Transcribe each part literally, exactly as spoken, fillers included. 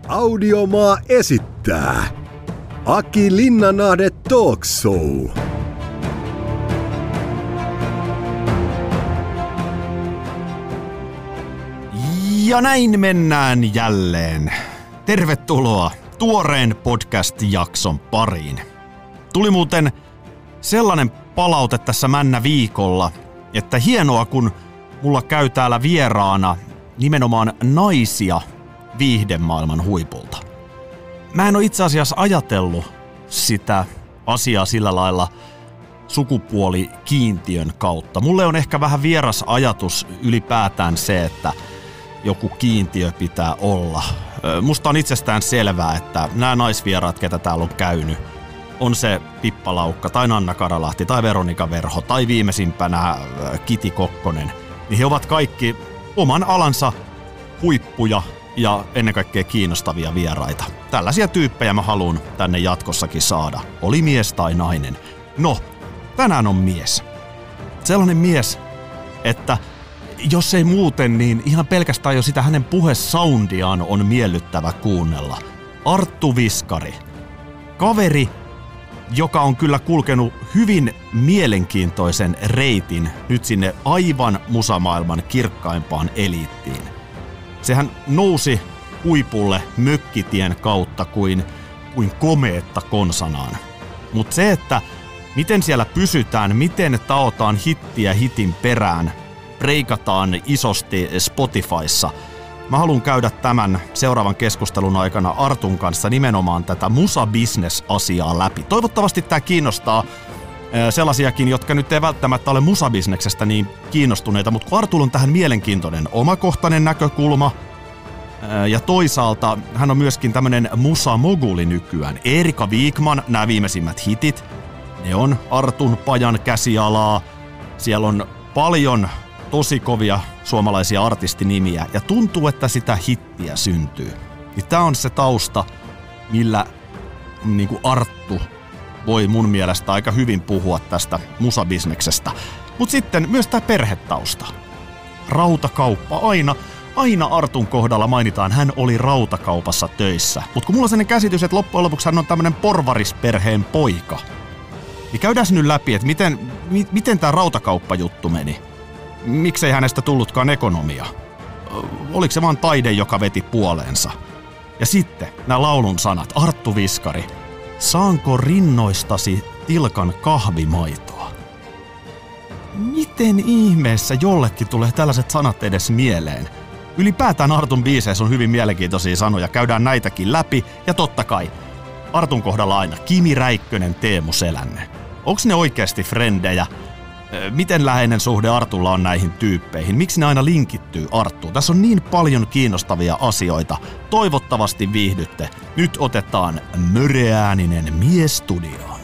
Audiomaa esittää Aki Linnanahde Talk Show. Ja näin mennään jälleen. Tervetuloa tuoreen podcast-jakson pariin. Tuli muuten sellainen palaute tässä männä viikolla, että hienoa kun mulla käy täällä vieraana nimenomaan naisia viihdemaailman huipulta. Mä en ole itse asiassa ajatellut sitä asiaa sillä lailla sukupuolikiintiön kautta. Mulle on ehkä vähän vieras ajatus ylipäätään se, että joku kiintiö pitää olla. Musta on itsestään selvää, että nämä naisvieraat, ketä täällä on käynyt, on se Pippa Laukka tai Nanna Karalahti tai Veronika Verho tai viimeisimpänä Kiti Kokkonen, niin he ovat kaikki oman alansa huippuja ja ennen kaikkea kiinnostavia vieraita. Tällaisia tyyppejä mä haluan tänne jatkossakin saada, oli mies tai nainen. No, tänään on mies. Sellainen mies, että jos ei muuten, niin ihan pelkästään jo sitä hänen puhesoundiaan on miellyttävä kuunnella. Arttu Viskari. Kaveri, joka on kyllä kulkenut hyvin mielenkiintoisen reitin nyt sinne aivan musamaailman kirkkaimpaan eliittiin. Sehän nousi huipulle mökkitien kautta kuin, kuin komeetta konsanaan. Mutta se, että miten siellä pysytään, miten taotaan hittiä hitin perään, breikataan isosti Spotifyssa. Mä haluan käydä tämän seuraavan keskustelun aikana Artun kanssa nimenomaan tätä musa-business-asiaa läpi. Toivottavasti tämä kiinnostaa sellaisiakin, jotka nyt ei välttämättä ole musabisneksestä niin kiinnostuneita, mutta kun Artulla on tähän mielenkiintoinen omakohtainen näkökulma, ja toisaalta hän on myöskin tämmöinen musa-moguli nykyään. Erika Wigman, nämä viimeisimmät hitit, ne on Artun pajan käsialaa. Siellä on paljon tosi kovia suomalaisia artistinimiä ja tuntuu, että sitä hittiä syntyy. Tämä on se tausta, millä niin kuin Arttu voi mun mielestä aika hyvin puhua tästä musabisneksestä. Mutta sitten myös tämä perhetausta. Rautakauppa. Aina, aina Artun kohdalla mainitaan, hän oli rautakaupassa töissä. Mutta kun mulla on sellainen käsitys, että loppujen lopuksi hän on tämmöinen porvarisperheen poika, niin käydään nyt läpi, että miten, mi, miten tämä rautakauppajuttu meni. Miksei hänestä tullutkaan ekonomia? Oliko se vaan taide, joka veti puoleensa? Ja sitten nämä laulun sanat. Arttu Viskari. Saanko rinnoistasi tilkan kahvimaitoa? Miten ihmeessä jollekin tulee tällaiset sanat edes mieleen? Ylipäätään Artun biiseissä on hyvin mielenkiintoisia sanoja. Käydään näitäkin läpi. Ja totta kai, Artun kohdalla aina Kimi Räikkönen, Teemu Selänne. Onks ne oikeasti frendejä? Miten läheinen suhde Artulla on näihin tyyppeihin? Miksi ne aina linkittyy Arttuun? Tässä on niin paljon kiinnostavia asioita. Toivottavasti viihdytte. Nyt otetaan möreääninen mies studioon.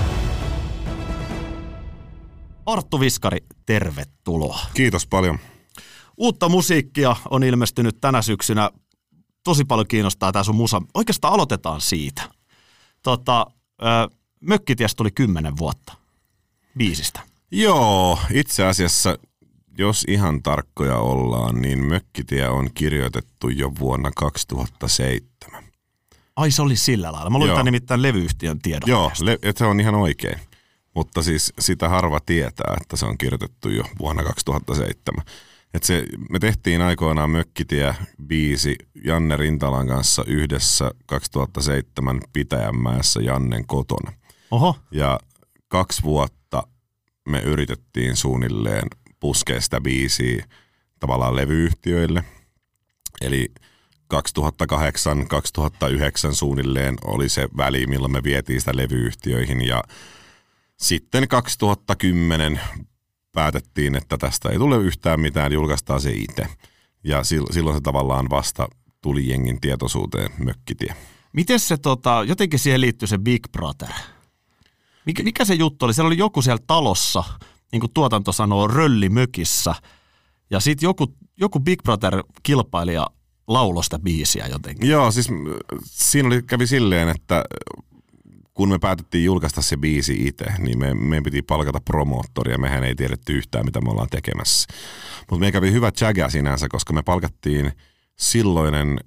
Arttu Viskari, tervetuloa. Kiitos paljon. Uutta musiikkia on ilmestynyt tänä syksynä. Tosi paljon kiinnostaa tää sun musa. Oikeastaan aloitetaan siitä. Tota, Mökkities tuli kymmenen vuotta biisistä. Joo, itse asiassa, jos ihan tarkkoja ollaan, niin Mökkitie on kirjoitettu jo vuonna kaksituhattaseitsemän. Ai se oli sillä lailla. Mä luin tämän nimittäin levyyhtiön tiedon. Joo, le- että se on ihan oikein. Mutta siis sitä harva tietää, että se on kirjoitettu jo vuonna kaksituhattaseitsemän. Että se, me tehtiin aikoinaan Mökkitie-biisi Janne Rintalan kanssa yhdessä kaksituhattaseitsemän Pitäjänmäessä Jannen kotona. Oho. Ja kaksi vuotta me yritettiin suunnilleen puskea sitä biisiä tavallaan levyyhtiöille. Eli kaksituhattakahdeksan kaksituhattayhdeksän suunnilleen oli se väli, milloin me vietiin sitä levyyhtiöihin. Ja sitten kaksituhattakymmenen päätettiin, että tästä ei tule yhtään mitään, julkaistaan se itse. Ja silloin se tavallaan vasta tuli jengin tietoisuuteen Mökkitie. Miten se, tota, jotenkin siihen liittyy se Big Brother? Mikä, mikä se juttu oli? Siellä oli joku siellä talossa, niin kuin tuotanto sanoo, röllimökissä. Ja sitten joku, joku Big Brother-kilpailija lauloi sitä biisiä jotenkin. Joo, siis siinä oli, kävi silleen, että kun me päätettiin julkaista se biisi itse, niin me, meidän piti palkata promoottoria. Mehän ei tiedetty yhtään, mitä me ollaan tekemässä. Mutta meidän kävi hyvä jägä sinänsä, koska me palkattiin silloinen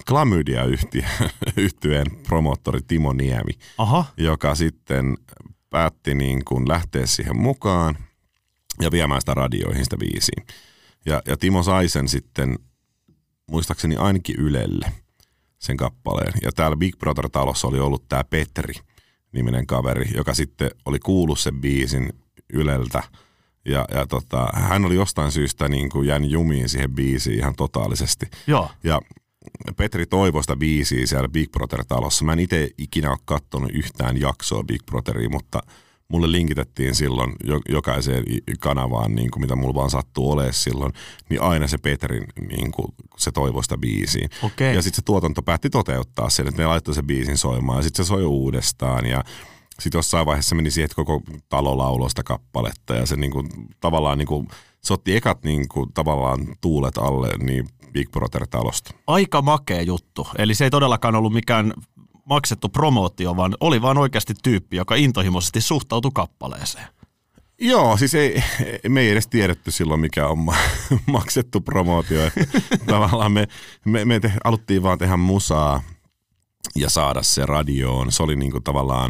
Klamydia-yhtyeen promoottori Timo Niemi, Aha. joka sitten päätti niin kuin lähteä siihen mukaan ja viemään sitä radioihin sitä biisiä. Ja, ja Timo sai sen sitten, muistaakseni ainakin Ylelle, sen kappaleen. Ja täällä Big Brother-talossa oli ollut tämä Petri-niminen kaveri, joka sitten oli kuullut sen biisin Yleltä. Ja, ja tota, hän oli jostain syystä niin kuin jäänyt jumiin siihen biisiin ihan totaalisesti. Joo. Ja Petri toivoi sitä biisiä siellä Big Brother-talossa. Mä en itse ikinä ole katsonut yhtään jaksoa Big Brotheria, mutta mulle linkitettiin silloin jokaiseen kanavaan, niin kuin mitä mulla vaan sattuu olemaan silloin, niin aina se Petrin, niin kuin, se toivoi sitä biisiä. Okay. Ja sitten se tuotanto päätti toteuttaa sen, että ne laittoi se biisin soimaan ja sitten se soi uudestaan ja sitten jossain vaiheessa meni siihen, että koko talo lauloi sitä kappaletta ja se niinku, tavallaan niinku, se otti ekat niinku, tavallaan tuulet alle niin Big Brother-talosta. Aika makea juttu. Eli se ei todellakaan ollut mikään maksettu promootio, vaan oli vaan oikeasti tyyppi, joka intohimoisesti suhtautui kappaleeseen. Joo, siis ei, me ei edes tiedetty silloin, mikä on maksettu promootio. Tavallaan me, me, me te, haluttiin vaan tehdä musaa ja saada se radioon. Se oli niinku tavallaan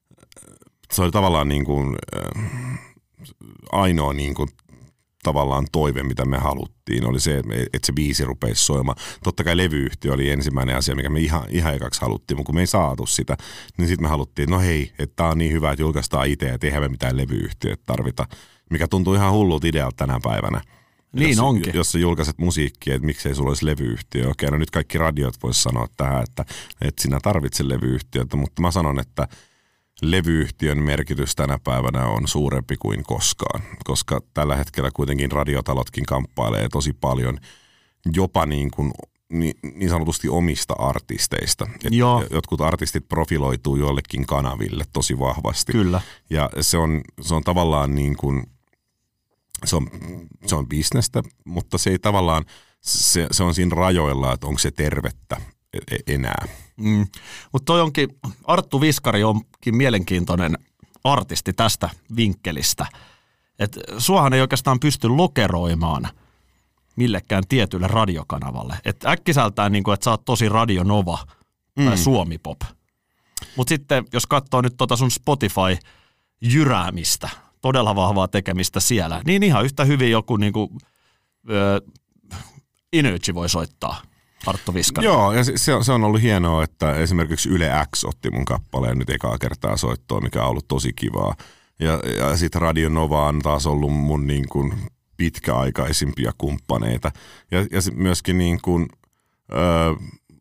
Se oli tavallaan niin kuin, äh, ainoa niin kuin, tavallaan toive, mitä me haluttiin, oli se, että se biisi rupesi soimaan. Totta kai levyyhtiö oli ensimmäinen asia, mikä me ihan, ihan ekaksi haluttiin, mutta kun me ei saatu sitä, niin sitten me haluttiin, että no hei, että tämä on niin hyvä, että julkaistaan itse ja tehdään me mitään levyyhtiötä tarvita, mikä tuntuu ihan hullut idealta tänä päivänä. Niin jos, onkin. Jos sä julkaiset musiikkia, että miksei sulla olisi levyyhtiö. Okei, no nyt kaikki radiot vois sanoa tähän, että, että sinä tarvitset levyyhtiötä, mutta mä sanon, että levyyhtiön merkitys tänä päivänä on suurempi kuin koskaan, koska tällä hetkellä kuitenkin radiotalotkin kamppailee tosi paljon jopa niin, kuin, niin, niin sanotusti omista artisteista. Et jotkut artistit profiloituu joillekin kanaville tosi vahvasti. Kyllä. Ja se on, se on tavallaan niin kuin, se on, se on bisnestä, mutta se ei tavallaan, se, se on siinä rajoilla, että onko se tervettä enää. Mm. Mutta toi onkin, Arttu Viskari onkin mielenkiintoinen artisti tästä vinkkelistä. Että suohan ei oikeastaan pysty lokeroimaan millekään tietylle radiokanavalle. Että äkkiseltään, niin kuin, että sä oot tosi radionova tai mm. suomipop. Mutta sitten, jos katsoo nyt tota sun Spotify-jyräämistä, todella vahvaa tekemistä siellä, niin ihan yhtä hyvin joku niin kuin, ö, Energy voi soittaa. Arttu Viskari. Joo, ja se, se on ollut hienoa, että esimerkiksi Yle X otti mun kappaleen nyt ekaa kertaa soittoa, mikä on ollut tosi kivaa. Ja, ja sitten Radio Nova on taas ollut mun niin kuin pitkäaikaisimpia kumppaneita. Ja, ja myöskin, niin kuin, öö,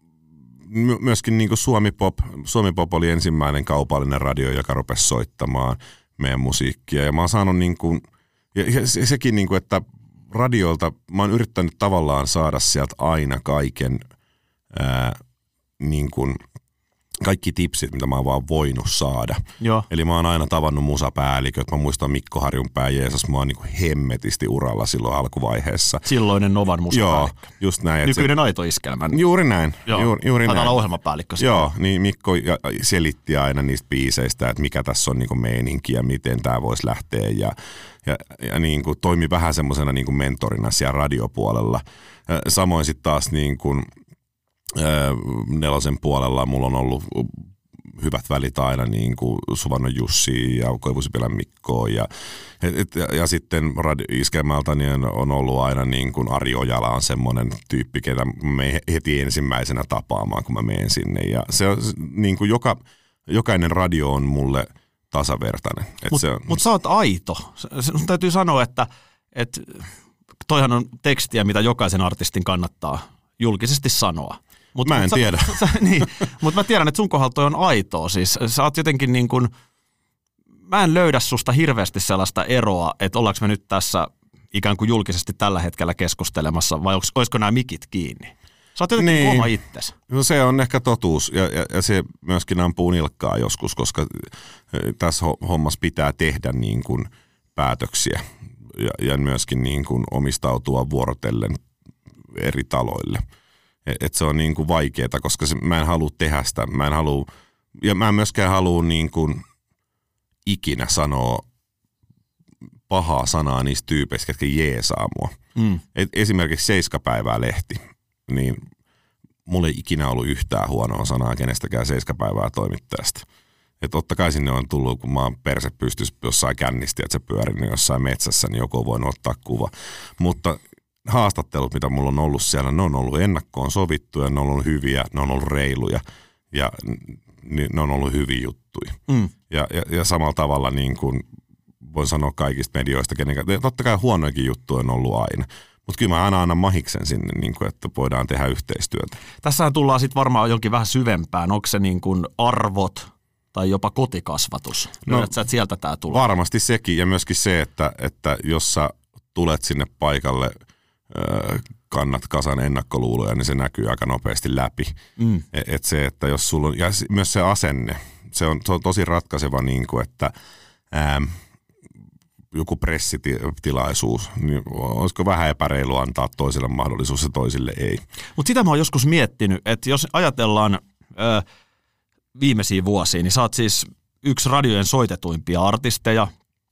myöskin niin kuin Suomi Pop. Suomi Pop oli ensimmäinen kaupallinen radio, joka rupesi soittamaan meidän musiikkia. Ja mä oon saanut niin kuin, ja se, sekin niin kuin, että radiolta mä oon yrittänyt tavallaan saada sieltä aina kaiken, ää, niin kuin, kaikki tipsit, mitä mä oon vaan voinut saada. Joo. Eli mä oon aina tavannut musapäälliköt. Mä muistan Mikko Harjunpää Jeesus, mä oon niin kuin hemmetisti uralla silloin alkuvaiheessa. Silloinen Novan musapäällikkö. Joo, just näin. Nykyinen se, Aito Iskelmä. Juuri näin. Joo. Juuri, juuri näin. Taitaa olla ohjelmapäällikkö. Joo, niin Mikko selitti aina niistä biiseistä, että mikä tässä on niin kuin meininki ja miten tää voisi lähteä ja Ja, ja niin kuin toimi vähän semmoisena niin kuin mentorina siellä radiopuolella. Samoin sitten taas niin kuin, ää, nelosen puolella mulla on ollut hyvät välit aina niin kuin Suvannon Jussi ja Koivusipilän Mikko. Ja, et, ja, ja sitten Iskelmältä niin on ollut aina niin kuin Ari Ojala on semmoinen tyyppi, ketä me heti ensimmäisenä tapaamaan, kun mä menen sinne. Ja se on niin kuin joka, jokainen radio on mulle tasavertainen. Mutta mut sä oot aito. Sun täytyy sanoa, että et, toihan on tekstiä, mitä jokaisen artistin kannattaa julkisesti sanoa. Mut, mä en mut tiedä. Sä, sä, niin, mutta mä tiedän, että sun kohdalla toi on aitoa. Siis sä oot jotenkin niin kuin, mä en löydä susta hirveästi sellaista eroa, että ollaanko me nyt tässä ikään kuin julkisesti tällä hetkellä keskustelemassa, vai olisiko nämä mikit kiinni? Sä oot jotenkin niin oma itsesi. No se on ehkä totuus ja, ja, ja se myöskin ampuu nilkkaa joskus, koska tässä hommassa pitää tehdä niin kuin päätöksiä ja, ja myöskin niin kuin omistautua vuorotellen eri taloille. Et, et se on niin kuin vaikeaa, koska se, mä en halua tehdä sitä. Mä en halua, ja mä en myöskään halua niin kuin ikinä sanoa pahaa sanaa niistä tyypeistä, jotka jeesaa mua. Mm. Et esimerkiksi Seiskapäivää lehti. niin mulla ei ikinä ollut yhtään huonoa sanaa kenestäkään seiskapäivää toimittajasta. Että totta kai sinne on tullut, kun mä oon perse pystyssä jossain kännisti, että se pyörin jossain metsässä, niin joku on voinut ottaa kuva. Mutta haastattelut, mitä mulla on ollut siellä, ne on ollut ennakkoon sovittuja, ne on ollut hyviä, ne on ollut reiluja ja ne on ollut hyviä juttuja. Mm. Ja, ja, ja samalla tavalla niin kuin voin sanoa kaikista medioista, kenenkään, totta kai huonoikin juttuja on ollut aina. Mutta kyllä mä aina annan mahiksen sinne, niin kuin, että voidaan tehdä yhteistyötä. Tässähän tullaan sitten varmaan jonkin vähän syvempään. Onko se niin kuin arvot tai jopa kotikasvatus? Löydät sä, että sieltä tää tulee? Varmasti sekin ja myöskin se, että, että jos sä tulet sinne paikalle, kannat kasan ennakkoluuloja, niin se näkyy aika nopeasti läpi. Mm. Et se, että jos sulla on, ja myös se asenne, se on, se on tosi ratkaiseva, niin kuin, että ää, joku pressitilaisuus, niin olisiko vähän epäreilu antaa toiselle mahdollisuus ja toisille ei. Mutta sitä mä oon joskus miettinyt, että jos ajatellaan ö, viimeisiä vuosia, niin sä oot siis yksi radiojen soitetuimpia artisteja,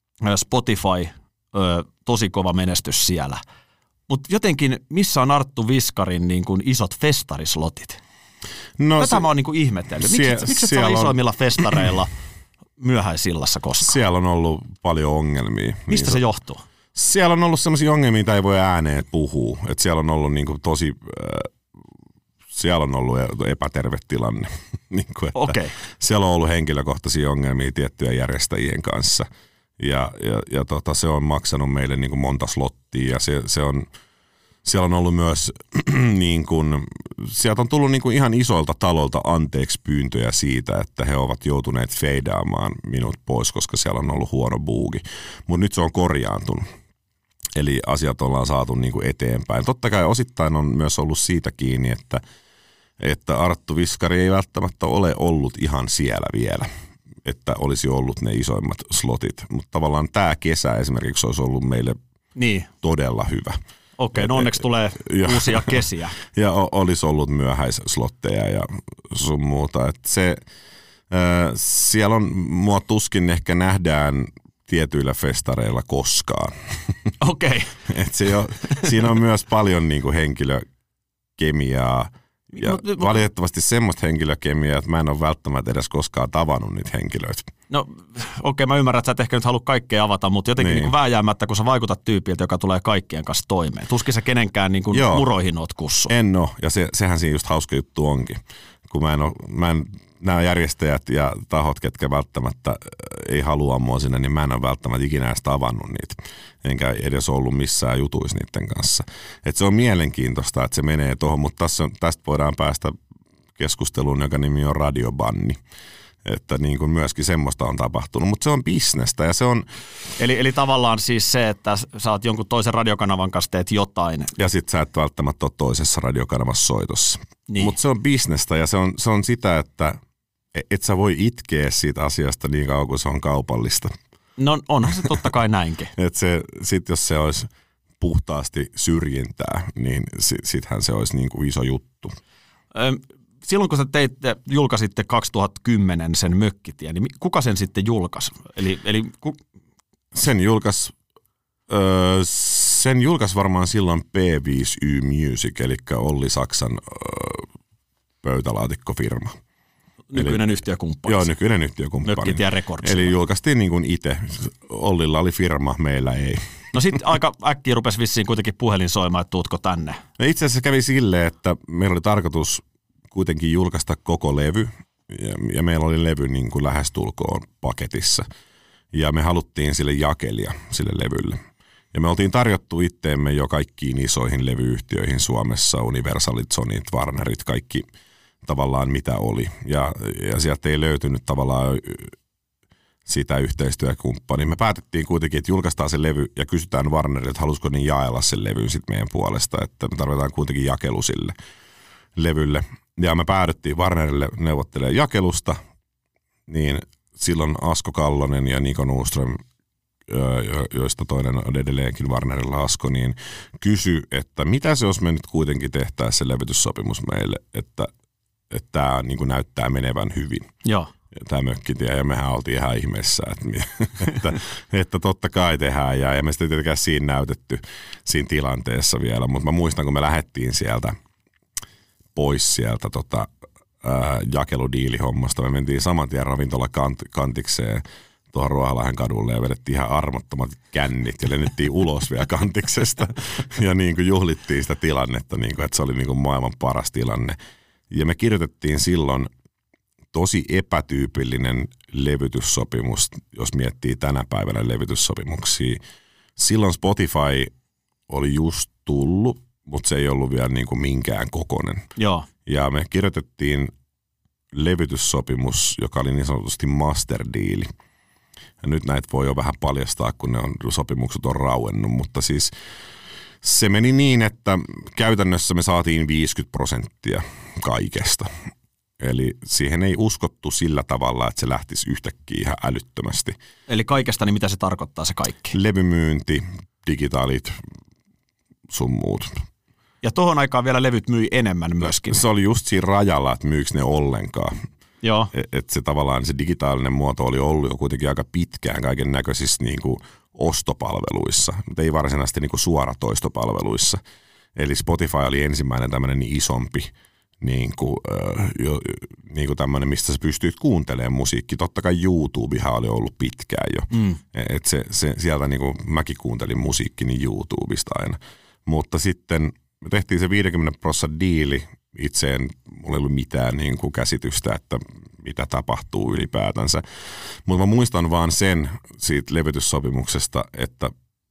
Spotify, ö, tosi kova menestys siellä. Mutta jotenkin, missä on Arttu Viskarin niin kuin isot festarislotit? No, Tätä se, mä oon niin kuin ihmetellyt. Miksi, sie, miksi et sä ole isoimmilla festareilla myöhäisillassa koskaan? Siellä on ollut paljon ongelmia. Mistä niin, se johtuu? Siellä on ollut sellaisia ongelmia, mitä ei voi ääneen puhua. Et siellä on ollut niin kuin tosi, äh, siellä on ollut epäterve tilanne. niin kuin, että okay. Siellä on ollut henkilökohtaisia ongelmia tiettyjen järjestäjien kanssa. Ja, ja, ja tota, se on maksanut meille niin kuin monta slottia ja se, se on, siellä on ollut myös, niin kuin, sieltä on tullut niin kuin ihan isoilta talolta anteeksi pyyntöjä siitä, että he ovat joutuneet feidaamaan minut pois, koska siellä on ollut huono buugi. Mutta nyt se on korjaantunut. Eli asiat ollaan saatu niin kuin eteenpäin. Totta kai osittain on myös ollut siitä kiinni, että, että Arttu Viskari ei välttämättä ole ollut ihan siellä vielä. Että olisi ollut ne isoimmat slotit. Mutta tavallaan tämä kesä esimerkiksi olisi ollut meille niin. todella hyvä. Okei, okay, no onneksi tulee ja, uusia kesiä. Ja olisi ollut myöhäisslotteja ja sun muuta. Et se, äh, siellä on, mua tuskin ehkä nähdään tietyillä festareilla koskaan. Okei. Okay. Siinä on myös paljon niinku henkilökemiaa. Ja no, valitettavasti semmoista henkilökemiaa, että mä en ole välttämättä edes koskaan tavannut niitä henkilöitä. No okei, okay, mä ymmärrän, että sä et ehkä nyt halua kaikkea avata, mutta jotenkin niin. Niin kuin vääjäämättä, kun sä vaikutat tyypiltä, joka tulee kaikkien kanssa toimeen. Tuskin sä kenenkään niin kuin muroihin oot kussu. En ole, ja se, sehän siinä just hauska juttu onkin. Kun mä en ole, mä en, nämä järjestäjät ja tahot, ketkä välttämättä ei halua mua sinne, niin mä en ole välttämättä ikinä edes tavannut niitä. Enkä edes ollut missään jutuissa niiden kanssa. Et se on mielenkiintoista, että se menee tuohon, mutta tässä, tästä voidaan päästä keskusteluun, joka nimi on radiobanni. Että niin kuin myöskin semmoista on tapahtunut, mutta se on bisnestä ja se on... Eli, eli tavallaan siis se, että sä oot jonkun toisen radiokanavan kanssa teet jotain. Ja sit sä et välttämättä ole toisessa radiokanavassa soitossa. Niin. Mutta se on bisnestä ja se on, se on sitä, että et sä voi itkeä siitä asiasta niin kauan kuin se on kaupallista. No onhan se totta kai näinkin. Että se, sit jos se olisi puhtaasti syrjintää, niin sit, sittenhän se olisi niin kuin iso juttu. Öm. Silloin kun sä teitte, julkaisitte kaksituhattakymmenen sen Mökkitien, niin kuka sen sitten julkaisi? Eli, eli ku... Sen julkaisi öö, sen julkaisi varmaan silloin P viisi Y Music, eli Olli Saksan öö, pöytälaatikkofirma. Nykyinen eli, yhtiökumppani. Joo, nykyinen yhtiökumppani. Mökkitien Records. Eli julkaistiin niin kuin itse. Ollilla oli firma, meillä ei. No sitten aika äkkiä rupesi vissiin kuitenkin puhelin soimaan, että tuutko tänne? No itse asiassa kävi silleen, että meillä oli tarkoitus kuitenkin julkaista koko levy, ja, ja meillä oli levy niin kuin lähestulkoon paketissa, ja me haluttiin sille jakelia sille levylle. Ja me oltiin tarjottu itteemme jo kaikkiin isoihin levyyhtiöihin Suomessa, Universalit, Sonyt, Warnerit, kaikki tavallaan mitä oli. Ja, ja sieltä ei löytynyt tavallaan sitä yhteistyökumppania. Me päätettiin kuitenkin, että julkaistaan se levy ja kysytään Warnerilta, että halusiko niin jaella sen levyn sitten meidän puolesta, että me tarvitaan kuitenkin jakelu sille levylle. Ja me päädyttiin Warnerille neuvottelemaan jakelusta, niin silloin Asko Kallonen ja Niko Nordström, joista toinen on edelleenkin Warnerilla Asko, niin kysy, että mitä se jos me nyt kuitenkin tehtäisiin se levytyssopimus meille, että että tämä niin kuin näyttää menevän hyvin. Joo. Tämä Mökkitie, ja mehän oltiin ihan ihmeessä, että, että, että totta kai tehdään, ja emme sitä tietenkään siinä näytetty siinä tilanteessa vielä, mutta mä muistan, kun me lähdettiin sieltä pois sieltä tota, ää, jakeludiilihommasta. Me mentiin saman tien ravintola kant, kantikseen tuohon Ruoholahden kadulle ja vedettiin ihan armottomat kännit ja lennettiin ulos vielä kantiksesta ja niin kuin juhlittiin sitä tilannetta, niin kuin, että se oli niin kuin maailman paras tilanne. Ja me kirjoitettiin silloin tosi epätyypillinen levytyssopimus, jos miettii tänä päivänä levytyssopimuksia. Silloin Spotify oli just tullut, mutta se ei ollut vielä niin kuin minkään kokoinen. Joo. Ja me kirjoitettiin levytyssopimus, joka oli niin sanotusti masterdiili. Ja nyt näitä voi jo vähän paljastaa, kun ne on, sopimukset on rauennut, mutta siis se meni niin, että käytännössä me saatiin viisikymmentä prosenttia kaikesta. Eli siihen ei uskottu sillä tavalla, että se lähtisi yhtäkkiä ihan älyttömästi. Eli kaikesta, niin mitä se tarkoittaa se kaikki? Levymyynti, digitaalit, sun muut. Ja tohon aikaan vielä levyt myi enemmän myöskin. Se oli just siinä rajalla, että myykö ne ollenkaan. Joo. Että se tavallaan se digitaalinen muoto oli ollut jo kuitenkin aika pitkään kaiken näköisissä niin kuin ostopalveluissa, mutta ei varsinaisesti niin kuin suoratoistopalveluissa. Eli Spotify oli ensimmäinen tämmöinen niin isompi niin kuin, äh, jo, niin kuin tämmöinen, mistä sä pystyit kuuntelemaan musiikki. Totta kai YouTubehan oli ollut pitkään jo. Mm. Et se, se, sieltä niin kuin mäkin kuuntelin musiikkini YouTubesta aina. Mutta sitten me tehtiin se viisikymmentä prosenttia diili. Itse en, mulla ei ollut mitään niin kuin käsitystä, että mitä tapahtuu ylipäätänsä. Mutta mä muistan vaan sen siitä levytyssopimuksesta, että,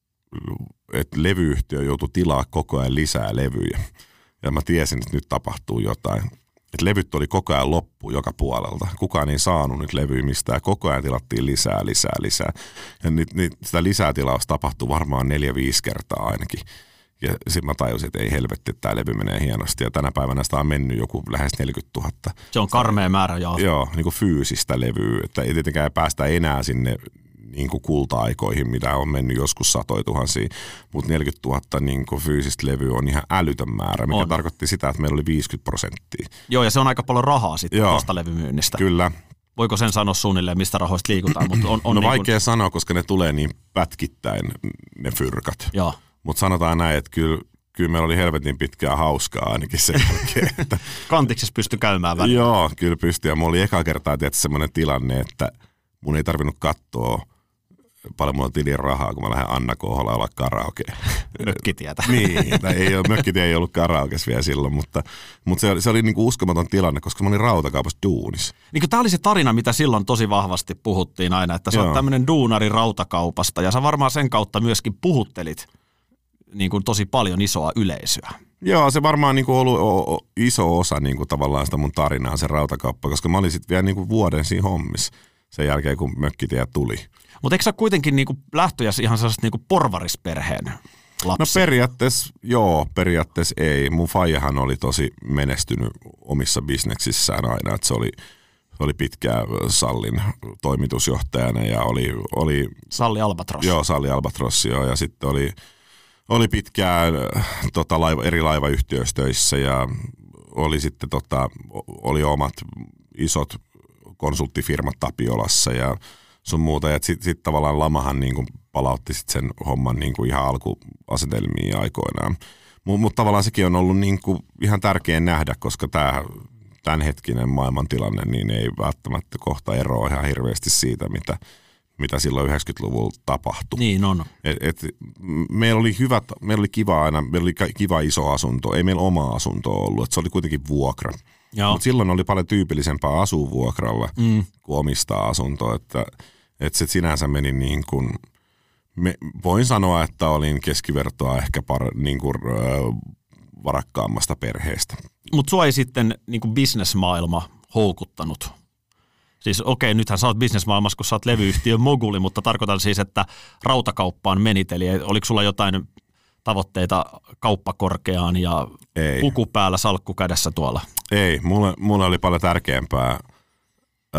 että levyyhtiö joutui tilaa koko ajan lisää levyjä. Ja mä tiesin, että nyt tapahtuu jotain. Että levyt oli koko ajan loppu joka puolelta. Kukaan ei saanut nyt levyä mistään. Koko ajan tilattiin lisää, lisää, lisää. Ja nyt, nyt sitä lisätilausta tapahtui varmaan neljä, viisi kertaa ainakin. Ja sitten mä tajusin, että ei helvetti, että tämä levy menee hienosti. Ja tänä päivänä sitä on mennyt joku lähes neljäkymmentätuhatta. Se on karmea määrä, joo. Joo, niin kuin fyysistä levyä. Että ei tietenkään päästä enää sinne niin kuin kulta-aikoihin, mitä on mennyt joskus satoja tuhansia. Mutta neljäkymmentätuhatta niin kuin fyysistä levyä on ihan älytön määrä, mikä on. Tarkoitti sitä, että meillä oli viisikymmentä prosenttia. Joo, ja se on aika paljon rahaa sitten tuosta levymyynnistä. Kyllä. Voiko sen sanoa suunnilleen, mistä rahoista liikutaan? Mutta on, on no niin vaikea kuin sanoa, koska ne tulee niin pätkittäin, ne fyrkat. Joo. Mutta sanotaan näin, että kyllä, kyllä meillä oli helvetin pitkää hauskaa ainakin sen jälkeen. Että kantiksessa pystyi käymään välillä. Joo, kyllä pystyi. Ja mulla oli eka kertaa tietysti semmoinen tilanne, että mun ei tarvinnut katsoa paljon mulla tilin rahaa, kun mä lähden Anna Kooholla olla karaoke. Mökkitietä. Niin, tai ei ole, mökkitie ei ollut karaokes vielä silloin, mutta, mutta se oli, se oli niinku uskomaton tilanne, koska mä olin rautakaupassa duunissa. Niin tämä oli se tarina, mitä silloin tosi vahvasti puhuttiin aina, että sä oot tämmöinen duunari rautakaupasta ja sä varmaan sen kautta myöskin puhuttelit niin kuin tosi paljon isoa yleisöä. Joo, se varmaan niin kuin ollut o, o, iso osa niin kuin tavallaan sitä mun tarinaa, se rautakauppa, koska mä olin sitten vielä niin kuin vuoden siinä hommissa sen jälkeen, kun mökkitie tuli. Mutta eikö sä kuitenkin niin kuin lähtöjäs ihan sellaista niin kuin porvarisperheen lapsi? No periaatteessa joo, periaatteessa ei. Mun faijahan oli tosi menestynyt omissa bisneksissään aina, että se oli, se oli pitkään Sallin toimitusjohtajana ja oli... oli Salli Albatros. Joo, Salli Albatros, joo, ja sitten oli... Oli pitkään tota, laiva, eri laivayhtiöissä töissä ja oli sitten tota, oli omat isot konsulttifirmat Tapiolassa ja sun muuta. Ja sitten sit tavallaan lamahan niin kuin palautti sit sen homman niin kuin ihan alkuasetelmiin aikoinaan. Mutta mut tavallaan sekin on ollut niin kuin ihan tärkeä nähdä, koska tämä tämänhetkinen maailmantilanne niin ei välttämättä kohta eroa ihan hirveästi siitä, mitä... mitä silloin yhdeksänkymmentäluvulla tapahtui. Niin on. Et, et, meillä oli hyvä, meillä oli kiva aina, meillä oli kiva iso asunto, ei meillä omaa asuntoa ollut, että se oli kuitenkin vuokra. Mutta silloin oli paljon tyypillisempää asua vuokralla mm. kuin omistaa asuntoa, että et se sinänsä meni niin kuin, me, voin sanoa, että olin keskivertoa ehkä par, niin kuin, äh, varakkaammasta perheestä. Mutta sua ei sitten niin kuin bisnesmaailma houkuttanut? Siis okei, nythän sä oot bisnesmaailmassa, kun sä oot levyyhtiön moguli, mutta tarkoitan siis, että rautakauppaan menit. Eli oliko sulla jotain tavoitteita kauppakorkeaan ja ei. Puku päällä, salkku kädessä tuolla? Ei, mulle, mulle oli paljon tärkeämpää öö,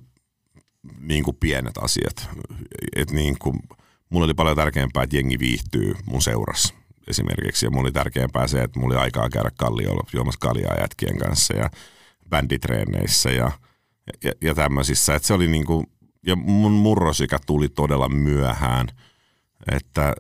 niin kuin pienet asiat. Et niin kuin, mulle oli paljon tärkeämpää, että jengi viihtyy mun seurassa esimerkiksi. Ja mulle oli tärkeämpää se, että mulla oli aikaa käydä kalliolla juomassa kaljaa jätkien kanssa ja bänditreeneissä ja Ja, ja tämmöisissä, että se oli niinku, ja mun murrosikä tuli todella myöhään, että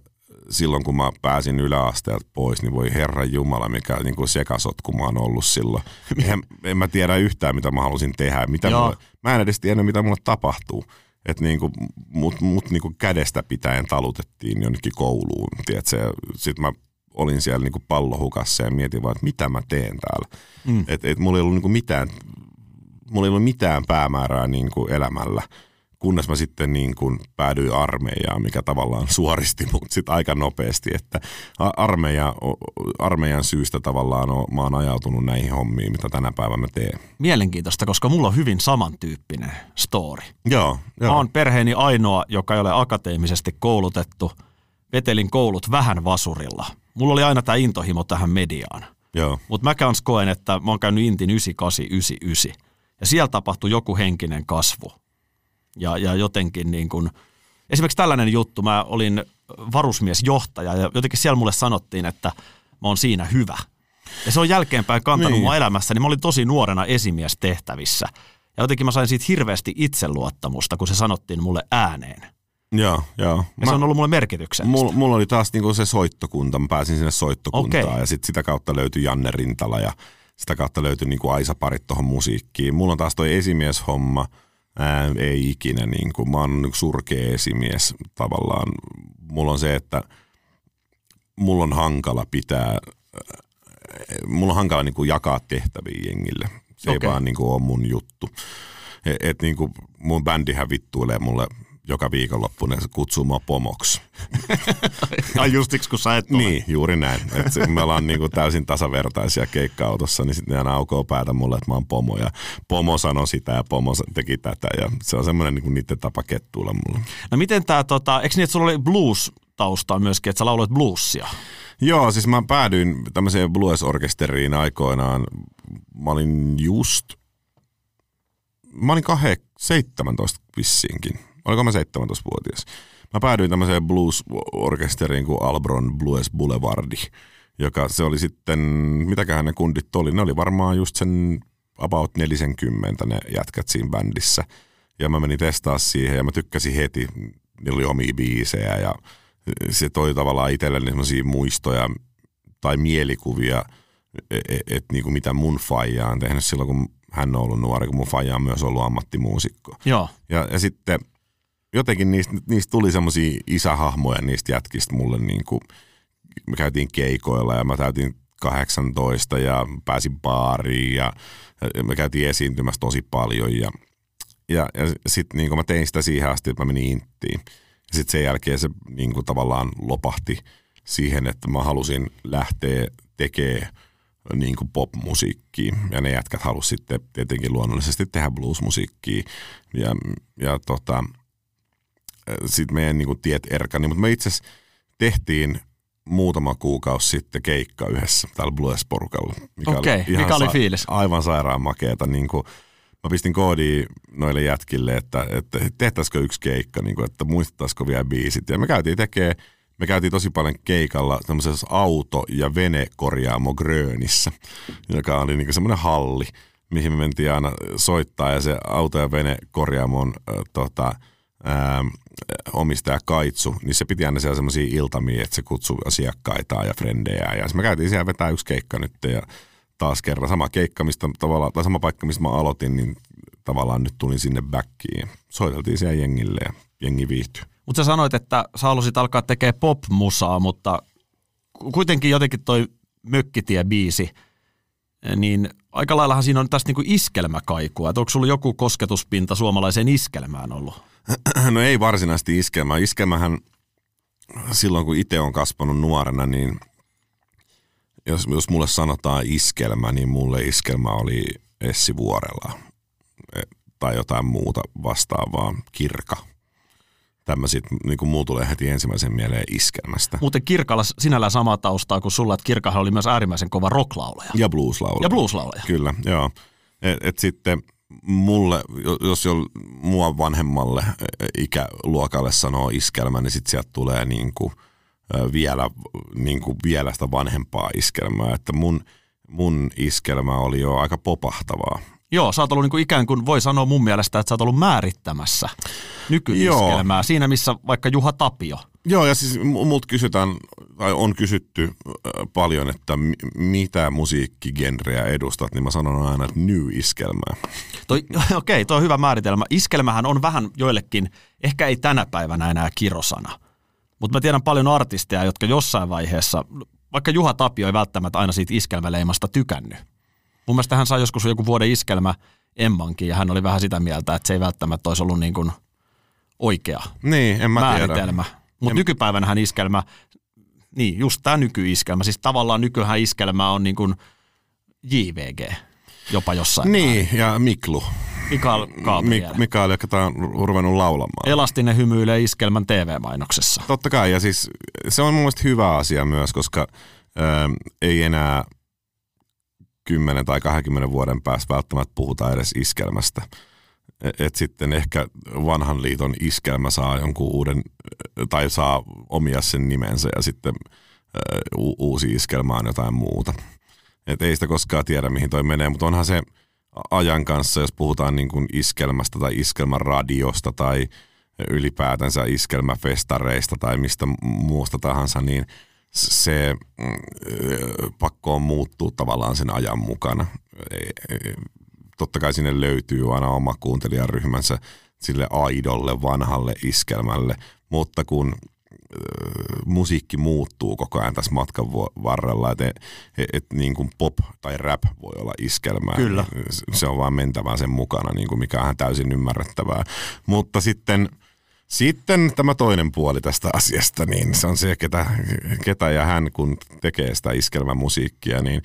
silloin kun mä pääsin yläasteelta pois, niin voi herran jumala, mikä niin kuin sekasotku mä oon ollut silloin. En, en mä tiedä yhtään, mitä mä halusin tehdä. Mitä mulle, mä en edes tiedä, mitä mulle tapahtuu. Että niin kuin, mut, mut niin kuin kädestä pitäen talutettiin jonnekin kouluun. Sitten mä olin siellä niin kuin pallohukassa ja mietin vaan, että mitä mä teen täällä. Mm. Että et mulla ei ollut niin kuin mitään, mulla ei ollut mitään päämäärää niin kuin elämällä. Kunnes mä sitten niin kuin päädyin armeijaan, mikä tavallaan suoristi mut sitten aika nopeasti, että armeija, armeijan syystä tavallaan on, mä oon ajautunut näihin hommiin, mitä tänä päivänä mä teen. Mielenkiintoista, koska mulla on hyvin samantyyppinen story. Joo, joo. Mä oon perheeni ainoa, joka ei ole akateemisesti koulutettu. Vetelin koulut vähän vasurilla. Mulla oli aina tää intohimo tähän mediaan. Joo. Mutta mä kans koen, että mä oon käynyt intin yhdeksänkymmentäkahdeksan yhdeksänkymmentäyhdeksän. Ja siellä tapahtui joku henkinen kasvu. Ja, ja jotenkin niin kuin, esimerkiksi tällainen juttu, mä olin varusmiesjohtaja ja jotenkin siellä mulle sanottiin, että mä oon siinä hyvä. Ja se on jälkeenpäin kantanut niin. Mua elämässä, niin mä olin tosi nuorena esimiestehtävissä. Ja jotenkin mä sain siitä hirveästi itseluottamusta, kun se sanottiin mulle ääneen. Joo, joo. Ja mä, se on ollut mulle merkityksellistä. Mulla, mulla oli taas niinku se soittokunta, mä pääsin sinne soittokuntaan okay. Ja sitten sitä kautta löytyi Janne Rintala ja sitä kautta löytyi niinku Aisa-parit tohon musiikkiin. Mulla on taas toi esimieshomma. Ää, ei ikinä, niin kuin, mä oon yksi surkea esimies tavallaan. Mulla on se, että mulla on hankala pitää, mulla on hankala niin kuin jakaa tehtäviä jengille. Se okay. ei vaan niin kuin ole mun juttu. Et, et niin kuin mun bändihän vittuilee mulle joka viikonloppuna ja se kutsuu mua pomoksi. Ai justiksi kun sä et ole. Niin, juuri näin. Et se, me ollaan niinku täysin tasavertaisia keikka-autossa, niin sitten ne aina aukoo päätä mulle, että mä oon pomo. Ja pomo sanoi sitä ja pomo teki tätä. Ja se on semmoinen niinku niiden tapa kettuilla mulle. No miten tää, tota, eikö niin, että sulla oli blues-taustaa myöskin, että sä lauloit bluesia? Joo, siis mä päädyin tämmöiseen blues-orkesteriin aikoinaan. Mä olin just, mä olin kahden, seitsemäntoista vissiinkin. Oliko mä seitsemäntoistavuotias? Mä päädyin tämmöiseen blues-orkesteriin kuin Albron Blues Boulevardi, joka se oli sitten, mitäköhän ne kundit oli? Ne oli varmaan just sen about neljäkymmentä ne jätkät siinä bändissä. Ja mä menin testaa siihen ja mä tykkäsin heti. Niillä oli omia biisejä ja se toi tavallaan itselleni semmosia muistoja tai mielikuvia, että et, niinku mitä mun faija on tehnyt silloin, kun hän on ollut nuori, kun mun faija on myös ollut ammattimuusikko. Joo. Ja, ja sitten jotenkin niistä, niistä tuli semmosia isähahmoja niistä jätkistä mulle, niin kuin me käytiin keikoilla ja mä täytin kahdeksantoista ja pääsin baariin ja me käytiin esiintymässä tosi paljon ja, ja, ja sitten niin mä tein sitä siihen asti, että mä menin inttiin. Ja sitten sen jälkeen se niin kuin tavallaan lopahti siihen, että mä halusin lähteä tekemään niin kuin pop-musiikkia ja ne jätkät halusi sitten tietenkin luonnollisesti tehdä blues-musiikkia ja, ja tota, sitten meidän niin kuin tiet erkani, mutta me itse asiassa tehtiin muutama kuukausi sitten keikka yhdessä täällä blues-porukalla. Mikä Okei, oli mikä oli fiilis? Aivan sairaan makeata. Niin kuin, mä pistin koodiin noille jätkille, että, että tehtäisikö yksi keikka, niin kuin, että muistettaisiko vielä biisit. Ja me käytiin tekemään, me käytiin tosi paljon keikalla tämmöisessä auto- ja venekorjaamo Grönissä, joka oli niin kuin semmoinen halli, mihin me mentiin aina soittaa. Ja se auto- ja venekorjaamon äh, tota, Ää, omistaja Kaitsu, niin se piti aina siellä semmoisia iltamia, että se kutsui asiakkaita ja frendejä. Ja me käytiin siellä vetää yksi keikka nyt ja taas kerran sama keikka, mistä tavallaan, tai sama paikka, mistä mä aloitin, niin tavallaan nyt tulin sinne backiin. Ja soiteltiin siellä jengille ja jengi viihtyi. Mutta sä sanoit, että sä halusit alkaa tekemään pop-musaa, mutta kuitenkin jotenkin toi Mökkitie-biisi, niin aika laillahan siinä on tästä niinku iskelmäkaikua. Että onko sulla joku kosketuspinta suomalaiseen iskelmään ollut? No ei varsinaisesti iskelmää. Iskelmähän silloin, kun itse on kasvanut nuorena, niin jos, jos mulle sanotaan iskelmä, niin mulle iskelmä oli Essi Vuorela tai jotain muuta vastaavaa, Kirka. Tämmöiset, niin kuin muu tulee heti ensimmäisen mieleen iskelmästä. Muuten Kirkalla sinällään samaa taustaa kuin sulla, että Kirkahan oli myös äärimmäisen kova rocklaulaja. Ja blueslaulaja. Ja blueslaulaja. Kyllä, joo. Et, et sitten mulle, jos jo mua vanhemmalle ikäluokalle sanoo iskelmä, niin sitten sieltä tulee niinku vielä, niinku vielä sitä vanhempaa iskelmää. Että mun, mun iskelmä oli jo aika popahtavaa. Joo, sä oot ollut niinku ikään kuin, voi sanoa mun mielestä, että sä oot ollut määrittämässä nykyiskelmää. Joo. Siinä, missä vaikka Juha Tapio Joo, ja siis multa kysytään, tai on kysytty paljon, että mi- mitä musiikkigenreä edustat, niin mä sanon aina, että new-iskelmää. Toi, okei, okay, toi on hyvä määritelmä. Iskelmähän on vähän joillekin, ehkä ei tänä päivänä enää kirosana, mutta mä tiedän paljon artisteja, jotka jossain vaiheessa, vaikka Juha Tapio ei välttämättä aina siitä iskelmäleimasta tykännyt. Mun mielestä hän sai joskus joku vuoden iskelmä Emmankin, ja hän oli vähän sitä mieltä, että se ei välttämättä olisi ollut niin kuin oikea niin, en mä määritelmä. Mutta nykypäivänähän iskelmä, niin just tämä nykyiskelmä, siis tavallaan nykyään iskelmä on niin kuin J V G jopa jossain. Niin, päin. Ja Miklu. Mikael Gabriel. Mik- Mikael, joka on ruvennut laulamaan. Elastinen hymyilee iskelmän T V-mainoksessa. Totta kai, ja siis se on mun mielestä hyvä asia myös, koska ää, ei enää kymmenen tai kahdenkymmenen vuoden päästä välttämättä puhuta edes iskelmästä. Että sitten ehkä vanhan liiton iskelmä saa jonkun uuden, tai saa omia sen nimensä, ja sitten u- uusi iskelmä on jotain muuta. Et ei sitä koskaan tiedä, mihin toi menee, mutta onhan se ajan kanssa, jos puhutaan niin kuin iskelmästä tai iskelmäradiosta tai ylipäätänsä iskelmäfestareista tai mistä muusta tahansa, niin se pakko on muuttua tavallaan sen ajan mukana. Totta kai sinne löytyy aina oma kuuntelijaryhmänsä sille aidolle, vanhalle iskelmälle, mutta kun musiikki muuttuu koko ajan tässä matkan varrella, että et, et, niin kuin pop tai rap voi olla iskelmää. Kyllä. Se on vaan mentävää sen mukana, niin kuin mikä on ihan täysin ymmärrettävää. Mutta sitten, sitten tämä toinen puoli tästä asiasta, niin se on se, ketä, ketä ja hän, kun tekee sitä iskelmämusiikkia, niin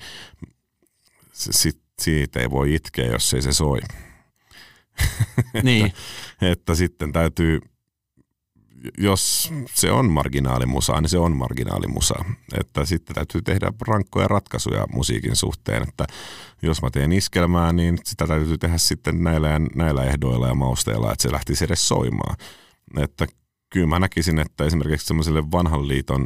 sit, siitä ei voi itkeä, jos ei se soi. Niin. että, että sitten täytyy... Jos se on marginaalimusaa, niin se on marginaalimusaa. Että sitten täytyy tehdä rankkoja ratkaisuja musiikin suhteen, että jos mä teen iskelmää, niin sitä täytyy tehdä sitten näillä, ja näillä ehdoilla ja mausteilla, että se lähtisi edes soimaan. Että kyllä mä näkisin, että esimerkiksi semmoiselle vanhan liiton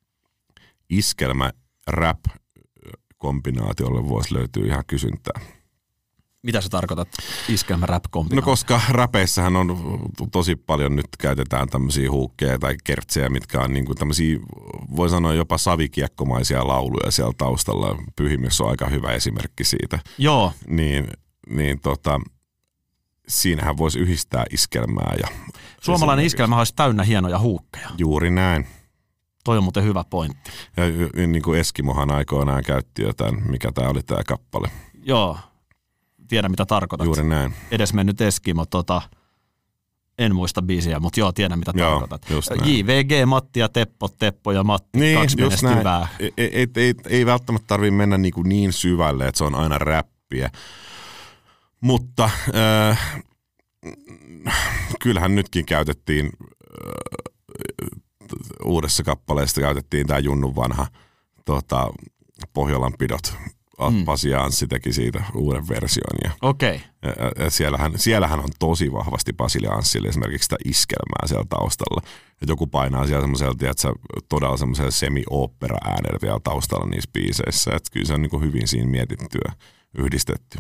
iskelmä-rap-kombinaatiolle voisi löytyä ihan kysyntää. Mitä sä tarkoitat iskelmä-rap-kombinaatio? No koska räpeissähän on tosi paljon nyt käytetään tämmöisiä huukkeja tai kertsejä, mitkä on niinku tämmöisiä, voi sanoa jopa savikiekkomaisia lauluja siellä taustalla. Pyhimys on aika hyvä esimerkki siitä. Joo. Niin, niin tota, siinähän voisi yhdistää iskelmää. Ja suomalainen iskelmä olisi täynnä hienoja huukkeja. Juuri näin. Toi on muuten hyvä pointti. Ja niin kuin Eskimohan aikoinaan käytti jotain, mikä tämä oli tämä kappale. Joo. Tiedän, mitä tarkoitat. Juuri näin. Edesmennyt Eskimo, tota, en muista biisiä, mutta joo, tiedän, mitä joo, tarkoitat. J V G, Matti ja Teppo, Teppo ja Matti, niin, kaksi menestyvää. Ei, ei, ei, ei välttämättä tarvitse mennä niin, kuin niin syvälle, että se on aina räppiä. Mutta äh, kyllähän nytkin käytettiin, äh, uudessa kappaleessa käytettiin tämä Junnun vanha tota, Pohjolan pidot. Mm. Pasi ja Anssi teki siitä uuden version. Okei. Okay. Siellähän, siellähän on tosi vahvasti Pasille ja Anssille esimerkiksi sitä iskelmää siellä taustalla. Et joku painaa siellä semmoisella, tiedätkö, todella semmoisella semi-opera-äänellä vielä taustalla niissä biiseissä. Et kyllä se on niin kuin hyvin siinä mietittyä, yhdistetty.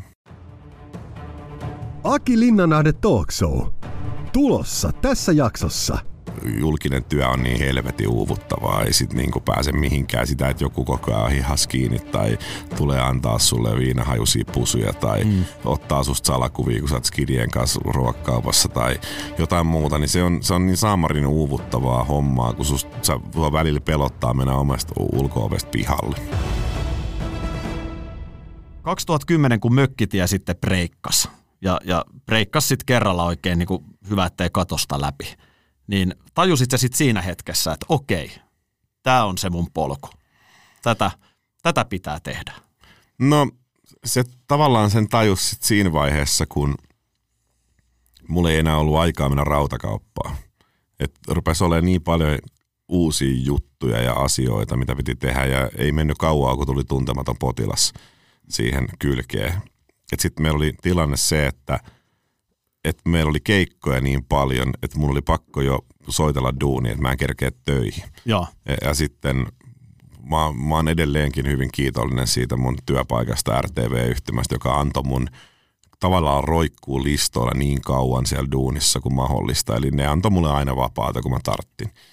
Aki Linnanahde Talk Show. Tulossa tässä jaksossa. Julkinen työ on niin helvetin uuvuttavaa, ei sit niinku pääse mihinkään sitä, että joku koko ajan hihas kiinni tai tulee antaa sulle viinahajuisia pusuja tai mm. ottaa susta salakuvia, kun sä oot skidien kanssa ruokakaupassa tai jotain muuta, niin se on, se on niin saamarin uuvuttavaa hommaa, kun susta, sä välillä pelottaa mennä omasta ulko-ovesta pihalle. kaksituhattakymmenen, kun Mökkitie sitten breikkas ja, ja breikkas sitten kerralla oikein niin kuin hyvä, ettei katosta läpi. Niin tajusit sä sitten siinä hetkessä, että okei, tämä on se mun polku. Tätä, tätä pitää tehdä. No se tavallaan sen tajus sit siinä vaiheessa, kun mulla ei enää ollut aikaa mennä rautakauppaan. Että rupesi olemaan niin paljon uusia juttuja ja asioita, mitä piti tehdä. Ja ei mennyt kauaa, kun tuli tuntematon potilas siihen kylkeen. Että sitten meillä oli tilanne se, että että meillä oli keikkoja niin paljon, että mun oli pakko jo soitella duunia, että mä en kerkeä töihin. Joo. Ja, ja sitten mä, mä oon edelleenkin hyvin kiitollinen siitä mun työpaikasta R T V-yhtymästä, joka antoi mun tavallaan roikkuu listoilla niin kauan siellä duunissa kuin mahdollista. Eli ne antoi mulle aina vapaata, kun mä tarttin.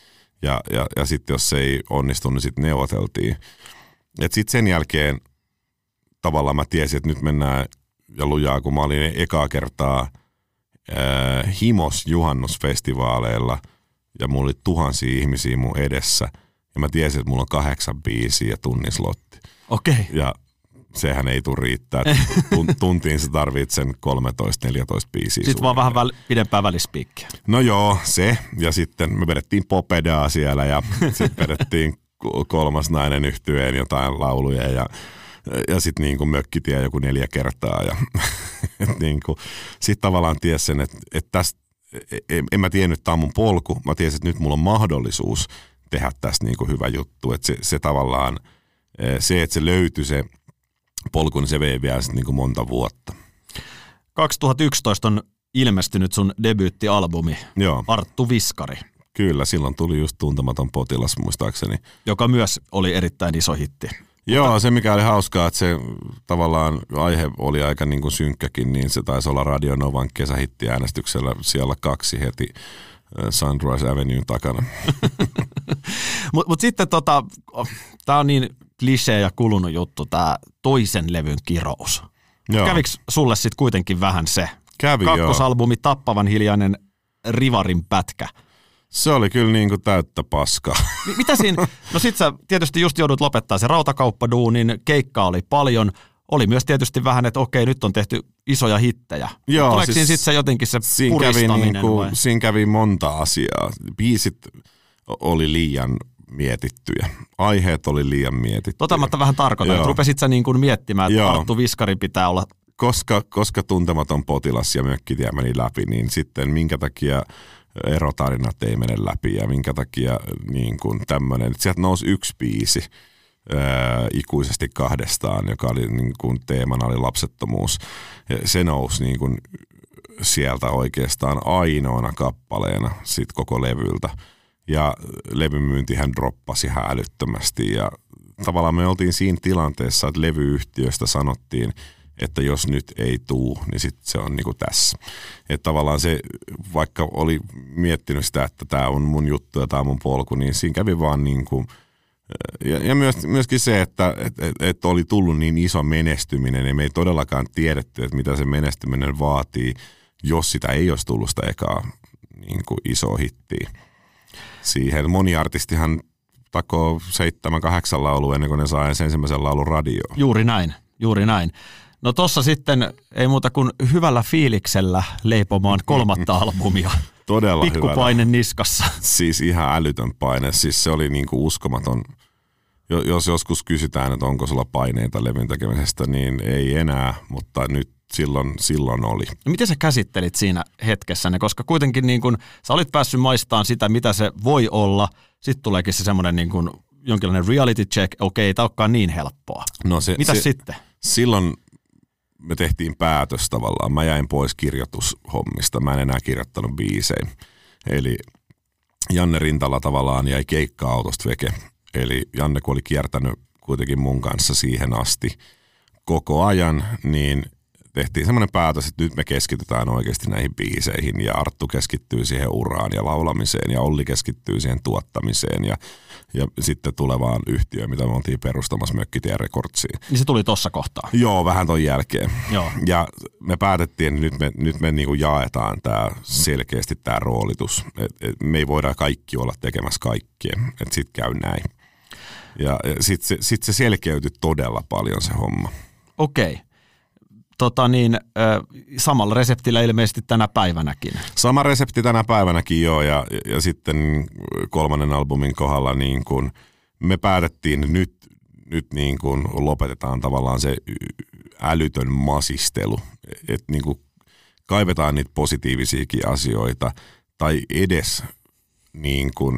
Ja, ja, ja sitten jos se ei onnistu, niin sitten neuvoteltiin. Et sitten sen jälkeen tavallaan mä tiesin, että nyt mennään ja lujaa, kun mä olin ekaa kertaa ää, Himos juhannusfestivaaleilla ja mulla oli tuhansia ihmisiä mun edessä. Ja mä tiesin, että mulla on kahdeksan biisiä ja tunnin slotti. Okei. Okay. Ja sehän ei tule riittää. Tuntiin sä tarvit sen kolmetoista neljätoista biisiä. Sitten vaan vähän väl, pidempää välispiikkiä. No joo, se. Ja sitten me vedettiin Popedaa siellä ja sitten vedettiin kolmas nainen yhtyeen jotain lauluja ja, ja sitten niin kuin mökkitie joku neljä kertaa. Ja niin kuin, sitten tavallaan ties sen, että, että tästä, en, en mä tiennyt, että tämä on mun polku. Mä tiesin, että nyt mulla on mahdollisuus tehdä tästä niin kuin hyvä juttu. Että se, se tavallaan, se, että se löytyi se polku, niin se vei vielä sitten niin kuin monta vuotta. kaksituhattayksitoista on ilmestynyt sun debyyttialbumi, Joo. Arttu Viskari. Kyllä, silloin tuli just Tuntematon potilas muistaakseni. Joka myös oli erittäin iso hitti. Joo, mutta se mikä oli hauskaa, että se tavallaan aihe oli aika niin kuin synkkäkin, niin se taisi olla Radio Novan kesähittiäänestyksellä siellä kaksi heti Sunrise Avenuen takana. Mutta mut sitten tota, tää on niin klisee ja kulunut juttu, tää toisen levyn kirous. Kävikö sulle sitten kuitenkin vähän se? Kävi, kakkosalbumi, joo. Tappavan hiljainen rivarin pätkä. Se oli kyllä niin kuin täyttä paskaa. Mitä siinä? No sit sä tietysti just joudut lopettaa se rautakauppaduunin, keikkaa oli paljon. Oli myös tietysti vähän, että okei, nyt on tehty isoja hittejä. Joo, tuleeko siis siinä sitten se jotenkin se siinä puristaminen? Kävi niin kuin, siinä kävi monta asiaa. Biisit oli liian mietittyjä. Aiheet oli liian mietittyjä. Tota mä vähän tarkoitan, että rupesit sä niin kuin miettimään, että Joo. Arttu Viskari pitää olla. Koska, koska Tuntematon potilas ja Mökkitie meni läpi, niin sitten minkä takia erotarinat ei mene läpi ja minkä takia niin kuin tämmöinen. Sieltä nousi yksi biisi ää, ikuisesti kahdestaan, joka oli niin kuin teemana oli lapsettomuus. Ja se nousi niin kuin sieltä oikeastaan ainoana kappaleena sit koko levyltä. Ja levymyyntihän droppasi ihan älyttömästi ja tavallaan me oltiin siinä tilanteessa, että levyyhtiöstä sanottiin, että jos nyt ei tuu, niin sitten se on niinku tässä. Että tavallaan se, vaikka oli miettinyt sitä, että tämä on mun juttu ja tämä on mun polku, niin siinä kävi vaan niinku, ja, ja myös, myöskin se, että et, et, et oli tullut niin iso menestyminen, ja me ei todellakaan tiedetty, että mitä se menestyminen vaatii, jos sitä ei olisi tullut sitä ekaa niinku isoa hittiä siihen. Moni artistihan takoo seitsemän, kahdeksan laulua ennen kuin ne saa ensimmäisen laulun radioon. Juuri näin, juuri näin. No tossa sitten ei muuta kuin hyvällä fiiliksellä leipomaan kolmatta albumia. Todella hyvä. Pikkupaine niskassa. Siis ihan älytön paine. Siis se oli niinku uskomaton. Jos joskus kysytään, että onko sulla paineita levyn tekemisestä, niin ei enää, mutta nyt silloin, silloin oli. No miten sä käsittelit siinä hetkessä, koska kuitenkin niin kun, sä olit päässyt maistamaan sitä, mitä se voi olla. Sitten tuleekin se semmoinen niin kun, jonkinlainen reality check. Okei, ei tämä olekaan niin helppoa. No se, Mitäs se, sitten? Silloin me tehtiin päätös tavallaan. Mä jäin pois kirjoitushommista. Mä en enää kirjoittanut biisejä. Eli Janne Rintala tavallaan jäi keikka-autosta veke. Eli Janne, kun oli kiertänyt kuitenkin mun kanssa siihen asti koko ajan, niin tehtiin semmoinen päätös, että nyt me keskitytään oikeasti näihin biiseihin ja Arttu keskittyy siihen uraan ja laulamiseen ja Olli keskittyy siihen tuottamiseen ja, ja sitten tulevaan yhtiöön, mitä me oltiin perustamassa Mökkitie Recordsiin. Niin se tuli tossa kohtaa? Joo, vähän ton jälkeen. Joo. Ja me päätettiin, että nyt me, nyt me niinku jaetaan tää selkeästi tämä roolitus. Et, et me ei voida kaikki olla tekemässä kaikkea, että sit käy näin. Ja, ja sitten se, sit se selkeytyi todella paljon se homma. Okei. Tota niin, samalla reseptillä ilmeisesti tänä päivänäkin. Sama resepti tänä päivänäkin joo, ja, ja, ja sitten kolmannen albumin kohdalla niin kun me päätettiin, että nyt, nyt niin kun lopetetaan tavallaan se älytön masistelu, että niin kun kaivetaan niitä positiivisiakin asioita, tai edes niin kun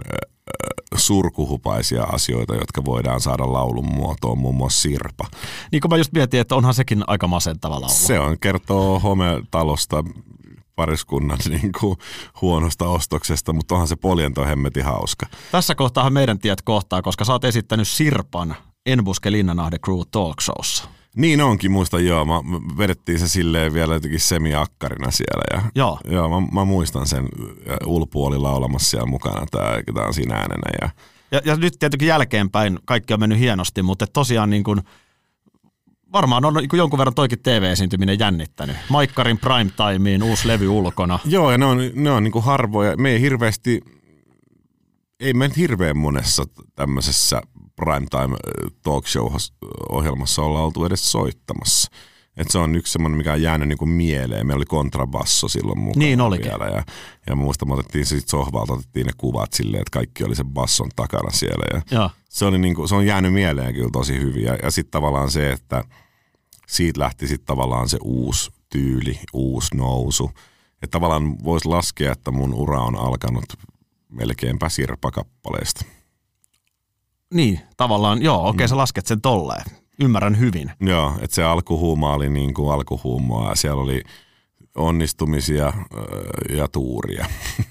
surkuhupaisia asioita, jotka voidaan saada laulun muotoon, muun muassa Sirpa. Niin kuin mä just mietin, että onhan sekin aika masentava laulu. Se on, kertoo hometalosta, pariskunnan niin kuin huonosta ostoksesta, mutta onhan se poljento hemmetin hauska. Tässä kohtaahan meidän tiet kohtaa, koska sä oot esittänyt Sirpan En buske Linnanahde Crew Talk Showssa. Niin onkin, muistan joo. Mä vedettiin se silleen vielä jotenkin semi-akkarina siellä. Ja, joo. Joo, mä, mä muistan sen. Ulpu oli laulamassa siellä mukana. Tää on siinä äänenä. Ja, ja, ja nyt tietenkin jälkeenpäin kaikki on mennyt hienosti, mutta tosiaan niin kuin varmaan on jonkun verran toikin T V-esiintyminen jännittänyt. Maikkarin primetimeen uusi levy ulkona. Joo, ja ne on, ne on niin kuin harvoja. Me ei hirveästi, ei me hirveän monessa tämmöisessä primetime talk show-ohjelmassa olla oltu edes soittamassa. Et se on yksi semmoinen, mikä on jäänyt niin kuin mieleen. Meillä oli kontrabasso silloin mukana niin olikin. Vielä. Ja, ja muista me otettiin siitä sohvalta, otettiin ne kuvat silleen, että kaikki oli sen basson takana siellä. Ja se, oli niin kuin, se on jäänyt mieleen kyllä tosi hyvin. Ja, ja sitten tavallaan se, että siitä lähti sitten tavallaan se uusi tyyli, uusi nousu. Että tavallaan voisi laskea, että mun ura on alkanut melkeinpä Sirpa-kappaleesta. Niin, tavallaan, joo, okei okay, mm. sä lasket sen tolleen. Ymmärrän hyvin. Joo, että se alkuhuuma oli niin kuin alkuhuumoa ja siellä oli onnistumisia ja tuuria.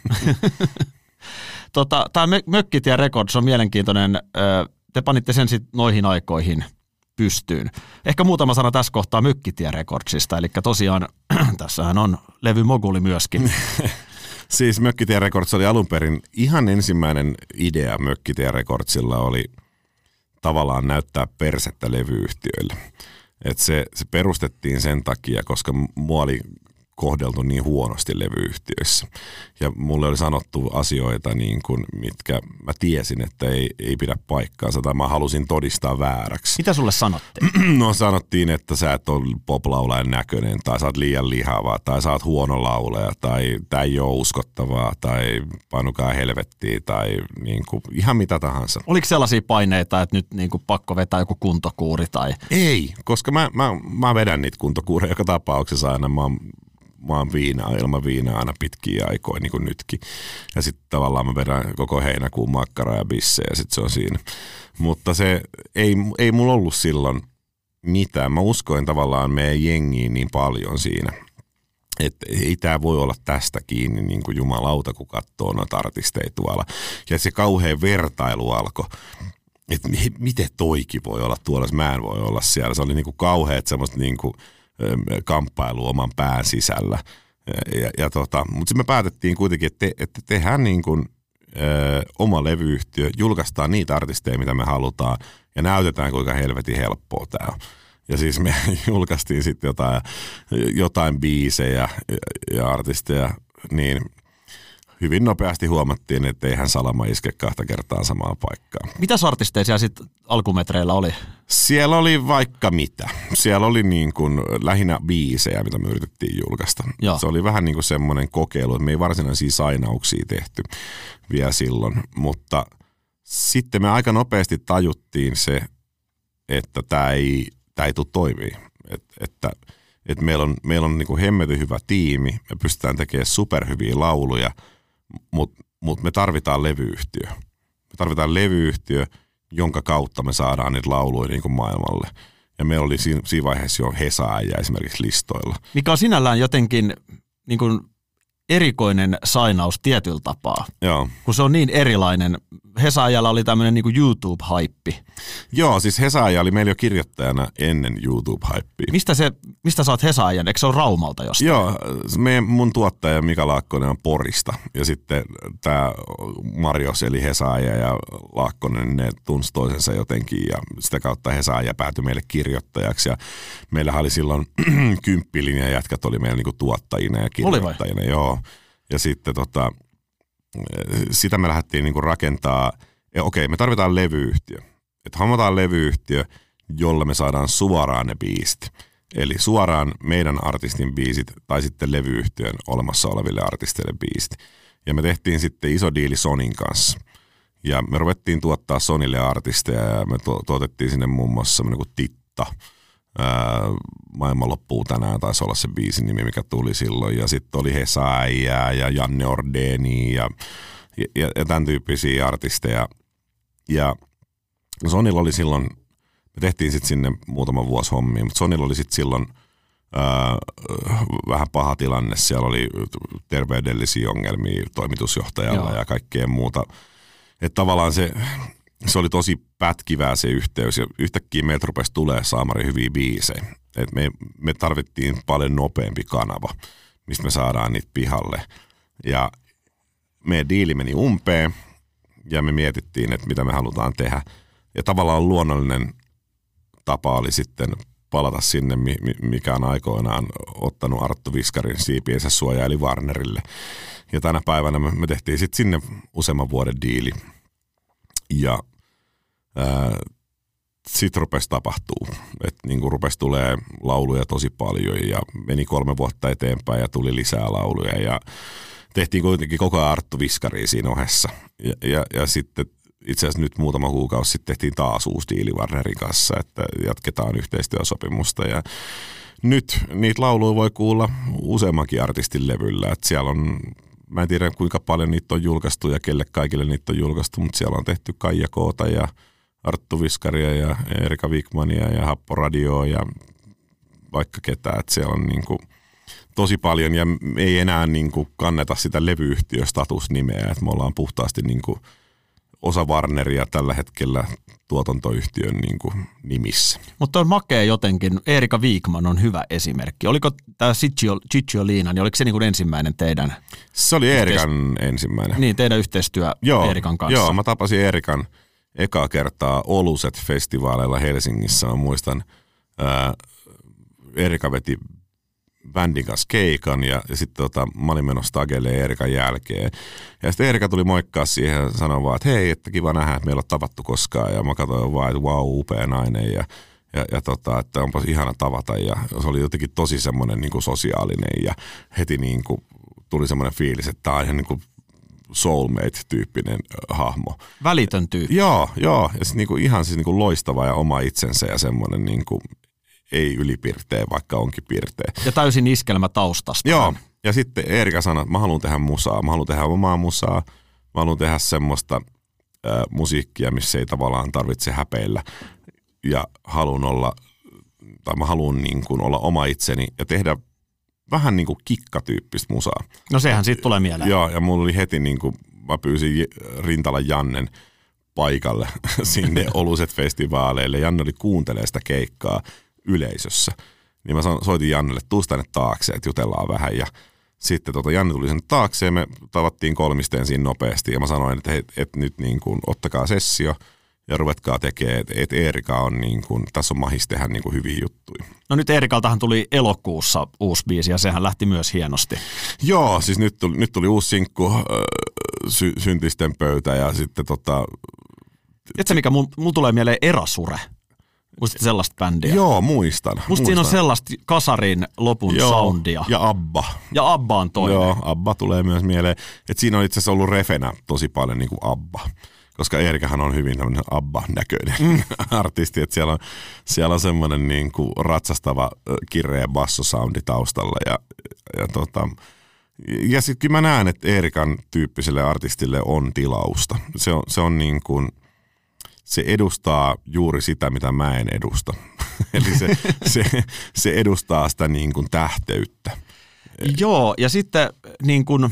tota, tämä Mökkitie Records on mielenkiintoinen. Te panitte sen sitten noihin aikoihin pystyyn. Ehkä muutama sana tässä kohtaa Mökkitie Recordsista, eli tosiaan tässähän on levymoguli myöskin. Siis Mökkitie Records oli alun perin ihan ensimmäinen idea Mökkitie Recordsilla oli tavallaan näyttää persettä levyyhtiöille. Et se, se perustettiin sen takia, koska mua oli kohdeltu niin huonosti levyyhtiöissä. Ja mulle oli sanottu asioita, niin kuin, mitkä mä tiesin, että ei, ei pidä paikkaansa, tai mä halusin todistaa vääräksi. Mitä sulle sanottiin? No sanottiin, että sä et ole poplaulajan näköinen, tai sä oot liian lihava, tai sä oot huono laulaja, tai tää ei ole uskottavaa, tai painukaa helvettiin, tai niin kuin, ihan mitä tahansa. Oliko sellaisia paineita, että nyt niin kuin pakko vetää joku kuntokuuri? Tai? Ei, koska mä, mä, mä vedän niitä kuntokuureja joka tapauksessa aina. Mä oon Mä oon viinaa, ilman viinaa aina pitkiä aikoja, niin kuin nytkin. Ja sitten tavallaan mä vedän koko heinäkuun makkaraa ja bissejä, ja sitten se on siinä. Mutta se ei, ei mulla ollut silloin mitään. Mä uskoin tavallaan meidän jengiin niin paljon siinä, että ei tää voi olla tästä kiinni, niin kuin jumalauta, kun katsoo noita artisteja tuolla. Ja se kauhean vertailu alkoi. Että miten toikin voi olla tuolla, mä en voi olla siellä. Se oli niin kuin kauheat semmoista niin kuin kamppailu oman pään sisällä. Ja, ja tota, mutta sitten me päätettiin kuitenkin, että, te, että tehdään niin kuin, ö, oma levyyhtiö, julkaistaan niitä artisteja, mitä me halutaan, ja näytetään, kuinka helvetin helppoa tämä on. Ja siis me julkaistiin sitten jotain, jotain biisejä ja, ja artisteja, niin hyvin nopeasti huomattiin, että eihän salama iske kahta kertaa samaan paikkaan. Mitäs artisteja siellä sitten alkumetreillä oli? Siellä oli vaikka mitä. Siellä oli niin kuin lähinnä biisejä, mitä me yritettiin julkaista. Joo. Se oli vähän niin kuin semmoinen kokeilu, että me ei varsinaisia sainauksia tehty vielä silloin. Mutta sitten me aika nopeasti tajuttiin se, että tämä ei, tämä ei tule toimii. Et, että että meillä on, meillä on niin kuin hemmetyn hyvä tiimi, me pystytään tekemään superhyviä lauluja, mutta mut me tarvitaan levyyhtiö. Me tarvitaan levyyhtiö, jonka kautta me saadaan niitä lauluja niin kuin maailmalle. Ja meillä oli siinä, siinä vaiheessa jo Hesa-äijä esimerkiksi listoilla. Mikä on sinällään jotenkin niin kuin erikoinen sainaus tietyllä tapaa. Joo. Kun se on niin erilainen. Hesa-äijällä oli tämmöinen niin kuin YouTube-haippi. Joo, siis Hesa-äijä oli meillä jo kirjoittajana ennen YouTube-haippia. Mistä, se, mistä sä oot Hesa-äijän? Eikö se ole Raumalta jostain? Joo, meidän, mun tuottaja Mika Laakkonen on Porista. Ja sitten tämä Marios eli Hesa-äijä ja Laakkonen, ne tunsi toisensa jotenkin. Ja sitä kautta Hesa-äijä päätyi meille kirjoittajaksi. Ja meillähän oli silloin kymppilinja jätkät oli meillä niinku tuottajina ja kirjoittajina. Joo. Ja sitten tota, sitä me lähdettiin niinku rakentaa. Ja okei, me tarvitaan levyyhtiö. Että hommataan levyyhtiö, jolla me saadaan suoraan ne biisit. Eli suoraan meidän artistin biisit tai sitten levyyhtiön olemassa oleville artisteille biisit. Ja me tehtiin sitten iso diili Sonin kanssa. Ja me ruvettiin tuottaa Sonille artisteja ja me tu- tuotettiin sinne muun muassa semmoinen kuin Titta. Ää, maailman loppuu tänään taisi olla se biisin nimi, mikä tuli silloin. Ja sitten oli Hesa-äijää ja Janne Ordeni ja, ja, ja tämän tyyppisiä artisteja. Ja Sonilla oli silloin, me tehtiin sitten sinne muutama vuosi hommia, mutta Sonilla oli sitten silloin ää, vähän paha tilanne. Siellä oli terveydellisiä ongelmia toimitusjohtajalla Joo. ja kaikkea muuta. Että tavallaan se, se oli tosi pätkivää se yhteys ja yhtäkkiä meiltä rupesi tulee saamari hyviä biisejä. Et me, me tarvittiin paljon nopeampi kanava, mistä me saadaan niitä pihalle. Ja meidän diili meni umpeen ja me mietittiin, että mitä me halutaan tehdä. Ja tavallaan luonnollinen tapa oli sitten palata sinne, mikä on aikoinaan ottanut Arttu Viskarin siipiensä suojaa, eli Warnerille. Ja tänä päivänä me, me tehtiin sitten sinne useamman vuoden diili. Ja sitten rupesi tapahtuu. Että niinku rupesi tulee lauluja tosi paljon ja meni kolme vuotta eteenpäin ja tuli lisää lauluja. Ja tehtiin kuitenkin koko ajan Arttu Viskaria siinä ohessa. Ja, ja, ja sitten itse asiassa nyt muutama kuukausi sitten tehtiin taas uusi diili Warnerin kanssa, että jatketaan yhteistyösopimusta. Ja nyt niitä lauluja voi kuulla useammankin artistin levyllä. Että siellä on, mä en tiedä kuinka paljon niitä on julkaistu ja kelle kaikille niitä on julkaistu, mutta siellä on tehty Kaija Koota ja Arttu Viskaria ja Erika Wikmania ja Happo Radioa ja vaikka ketään. Että siellä on niinku tosi paljon ja ei enää niinku kanneta sitä levyyhtiöstatusnimeä, että me ollaan puhtaasti niinku osa Warneria tällä hetkellä tuotantoyhtiön niinku nimissä. Mutta on makea jotenkin. Erika Wikman on hyvä esimerkki. Oliko tämä Ciccio Liina, niin oliko se niinku ensimmäinen teidän? Se oli Erikan yhteis- ensimmäinen. Niin, teidän yhteistyö joo, Erikan kanssa. Joo, mä tapasin Erikan ekaa kertaa Oluset-festivaaleilla Helsingissä. Mä muistan, ää, Erika veti bändin kanssa keikan ja, ja sitten tota, mä olin menossa Stagelle Erikan jälkeen. Ja sitten Erika tuli moikkaa siihen ja sanoi vaan, että hei, että kiva nähdä, että meillä on tavattu koskaan. Ja mä katsoin vaan, että vau, upea nainen ja, ja, ja tota, että onpa ihana tavata. Ja se oli jotenkin tosi semmoinen niin kuin sosiaalinen ja heti niin kuin tuli semmoinen fiilis, että tämä on ihan niin kuin soulmate-tyyppinen hahmo. Välitön tyyppi. Joo, joo. Ja sitten niin kuin ihan siis niin kuin loistava ja oma itsensä ja semmoinen niin kuin ei ylipirteä, vaikka onkin pirteä. Ja täysin iskelmä taustasta. Joo, ja sitten Erika sanoi, että mä haluan tehdä musaa, mä haluan tehdä omaa musaa, mä haluan tehdä semmoista äh, musiikkia, missä ei tavallaan tarvitse häpeillä. Ja haluan olla, tai mä haluan niin kuin olla oma itseni ja tehdä vähän niin kuin kikkatyyppistä musaa. No sehän siitä tulee mieleen. Joo, ja mulla oli heti niin kuin, mä pyysin Rintalan Jannen paikalle sinne Oluset-festivaaleille. Janne oli kuuntelemaan sitä keikkaa yleisössä. Niin mä soitin Jannelle, tuu tänne taakse, että jutellaan vähän. Ja sitten tota, Janne tuli sen taakse ja me tavattiin kolmisteen siinä nopeasti. Ja mä sanoin, että hei, et nyt niin kuin, ottakaa sessio ja ruvetkaa tekemään, että et Erika on niin kuin, tässä on mahis tehdä niin kuin hyviä juttuja. No nyt Erikaltahan tuli elokuussa uusi biisi ja sehän lähti myös hienosti. Joo, siis nyt tuli, nyt tuli uusi sinkku, äh, sy- Syntisten pöytä ja sitten tota... Tiedätkö mikä, mulla mul tulee mieleen Erasure. Muistatko sellaista bändiä? Joo, muistan. Musta muistan. siinä on sellaista kasarin lopun Joo, soundia. Ja Abba. Ja Abba on toinen. Joo, Abba tulee myös mieleen. Et siinä on itse asiassa ollut refenä tosi paljon niin kuin Abba. Koska Erikahan on hyvin tämmöinen Abba-näköinen mm. artisti. Että siellä on, siellä on semmoinen niin kuin ratsastava kireä bassosoundi taustalla. Ja, ja, tota, ja sitten kyllä mä näen, että Erikan tyyppiselle artistille on tilausta. Se on, se on niin kuin... Se edustaa juuri sitä, mitä mä en edusta. Eli se, se, se edustaa sitä niin kuin tähteyttä. Joo, ja sitten niin kuin,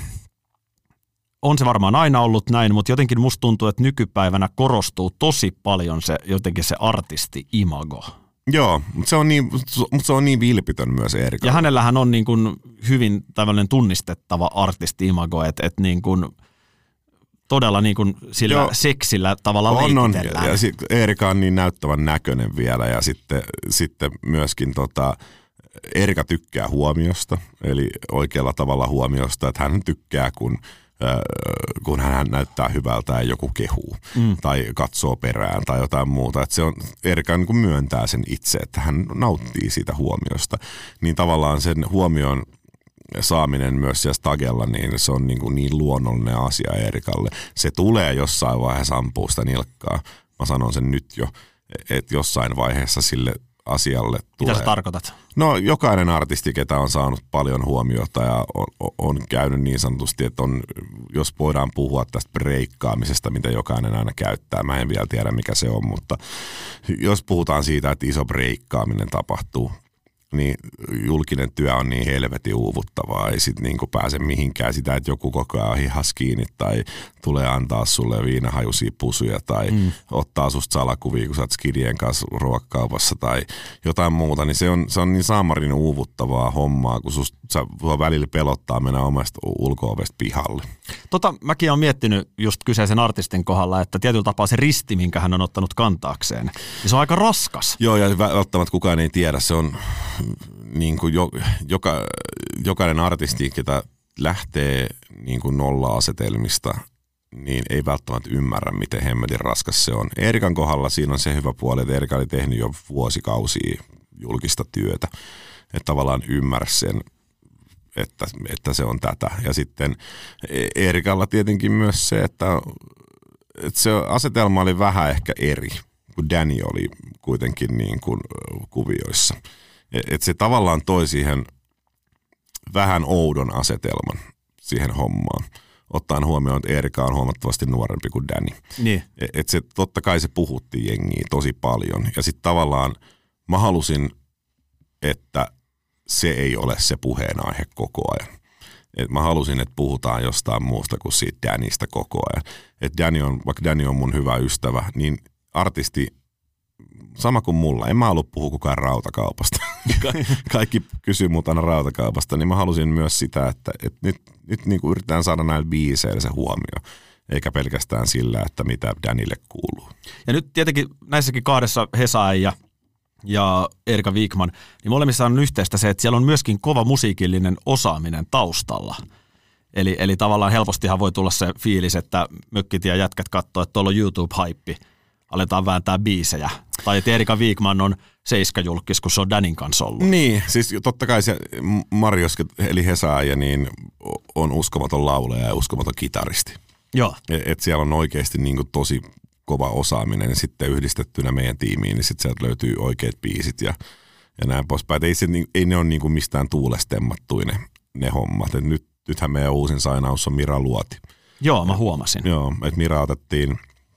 on se varmaan aina ollut näin, mutta jotenkin musta tuntuu, että nykypäivänä korostuu tosi paljon se jotenkin se artisti-imago. Joo, mutta se on niin, mutta se on niin vilpitön myös Erika. Ja hänellähän on niin kuin hyvin tällainen tunnistettava artisti-imago, että, että niin kuin todella niin kuin sillä Joo. seksillä tavalla leikitellään. Ja, ja Erika on niin näyttävän näköinen vielä ja sitten, sitten myöskin tota, Erika tykkää huomiosta, eli oikealla tavalla huomiosta, että hän tykkää, kun, äh, kun hän näyttää hyvältä ja joku kehuu mm. tai katsoo perään tai jotain muuta. Että se on, Erika niin kuin myöntää sen itse, että hän nauttii siitä huomiosta. Niin tavallaan sen huomion saaminen myös siellä Stagella, niin se on niin, kuin niin luonnollinen asia Erikalle. Se tulee jossain vaiheessa ampua sitä nilkkaa. Mä sanon sen nyt jo, että jossain vaiheessa sille asialle tulee. Mitä sä tarkoitat? No jokainen artisti, ketä on saanut paljon huomiota ja on, on käynyt niin sanotusti, että on, jos voidaan puhua tästä breikkaamisesta, mitä jokainen aina käyttää. Mä en vielä tiedä, mikä se on, mutta jos puhutaan siitä, että iso breikkaaminen tapahtuu, niin julkinen työ on niin helvetin uuvuttavaa, ei sit niinku pääse mihinkään sitä, että joku koko ajan hihas kiinni tai tulee antaa sulle viinahajuisia pusuja tai mm. ottaa susta salakuvia, kun sä oot skidien kanssa ruokakaupassa tai jotain muuta, niin se on, se on niin saamarin uuvuttavaa hommaa, kun susta sua välillä pelottaa mennä omasta ulko-ovesta pihalle. Tota, mäkin olen miettinyt just kyseisen artistin kohdalla, että tietyllä tapaa se risti, minkä hän on ottanut kantaakseen, niin se on aika raskas. Joo, ja välttämättä kukaan ei tiedä. Se on niin kuin jo, joka, jokainen artisti, ketä lähtee niin kuin nolla-asetelmista, niin ei välttämättä ymmärrä, miten hemmetin raskas se on. Eerikan kohdalla siinä on se hyvä puoli, että Eerika oli tehnyt jo vuosikausia julkista työtä. Että tavallaan ymmärsi sen, että, että se on tätä. Ja sitten Eerikalla tietenkin myös se, että, että se asetelma oli vähän ehkä eri, kun Danny oli kuitenkin niin kuin kuvioissa. Että se tavallaan toi siihen vähän oudon asetelman siihen hommaan. Ottaen huomioon, että Eerika on huomattavasti nuorempi kuin Danny. Niin. Että se, totta kai se puhutti jengiä tosi paljon. Ja sitten tavallaan mä halusin, että se ei ole se puheenaihe koko ajan. Et mä halusin, että puhutaan jostain muusta kuin siitä Dannystä koko ajan. Että Danny on, vaikka Danny on mun hyvä ystävä, niin artisti, sama kuin mulla, en mä halua puhua kukaan rautakaupasta. Ka- kaikki kysyy mut aina rautakaupasta, niin mä halusin myös sitä, että, että nyt, nyt niin kuin yritetään saada näillä biiseillä se huomio, eikä pelkästään sillä, että mitä Dannylle kuuluu. Ja nyt tietenkin näissäkin kahdessa Hesa ja ja Eerika Wikman, niin molemmissa on yhteistä se, että siellä on myöskin kova musiikillinen osaaminen taustalla. Eli, eli tavallaan helpostihan voi tulla se fiilis, että mökkit ja jätkät katsoo, että tuolla on YouTube-haippi, aletaan vääntää biisejä. Tai että Eerika Wikman on seiskajulkis, kun se on Danin kanssa ollut. Niin, siis totta kai se Marios, eli Hesaaja, niin on uskomaton laulaja ja uskomaton kitaristi. Joo. Että siellä on oikeasti niin kuin tosi kova osaaminen ja sitten yhdistettynä meidän tiimiin, niin sitten sieltä löytyy oikeat biisit ja, ja näin poispäin. Ei, se, ei ne ole niinku mistään tuulestemmattuja ne, ne hommat. Et nyt, nythän meidän uusin sainaus on Mira Luoti. Joo, mä huomasin. Joo, että Mira otettiin,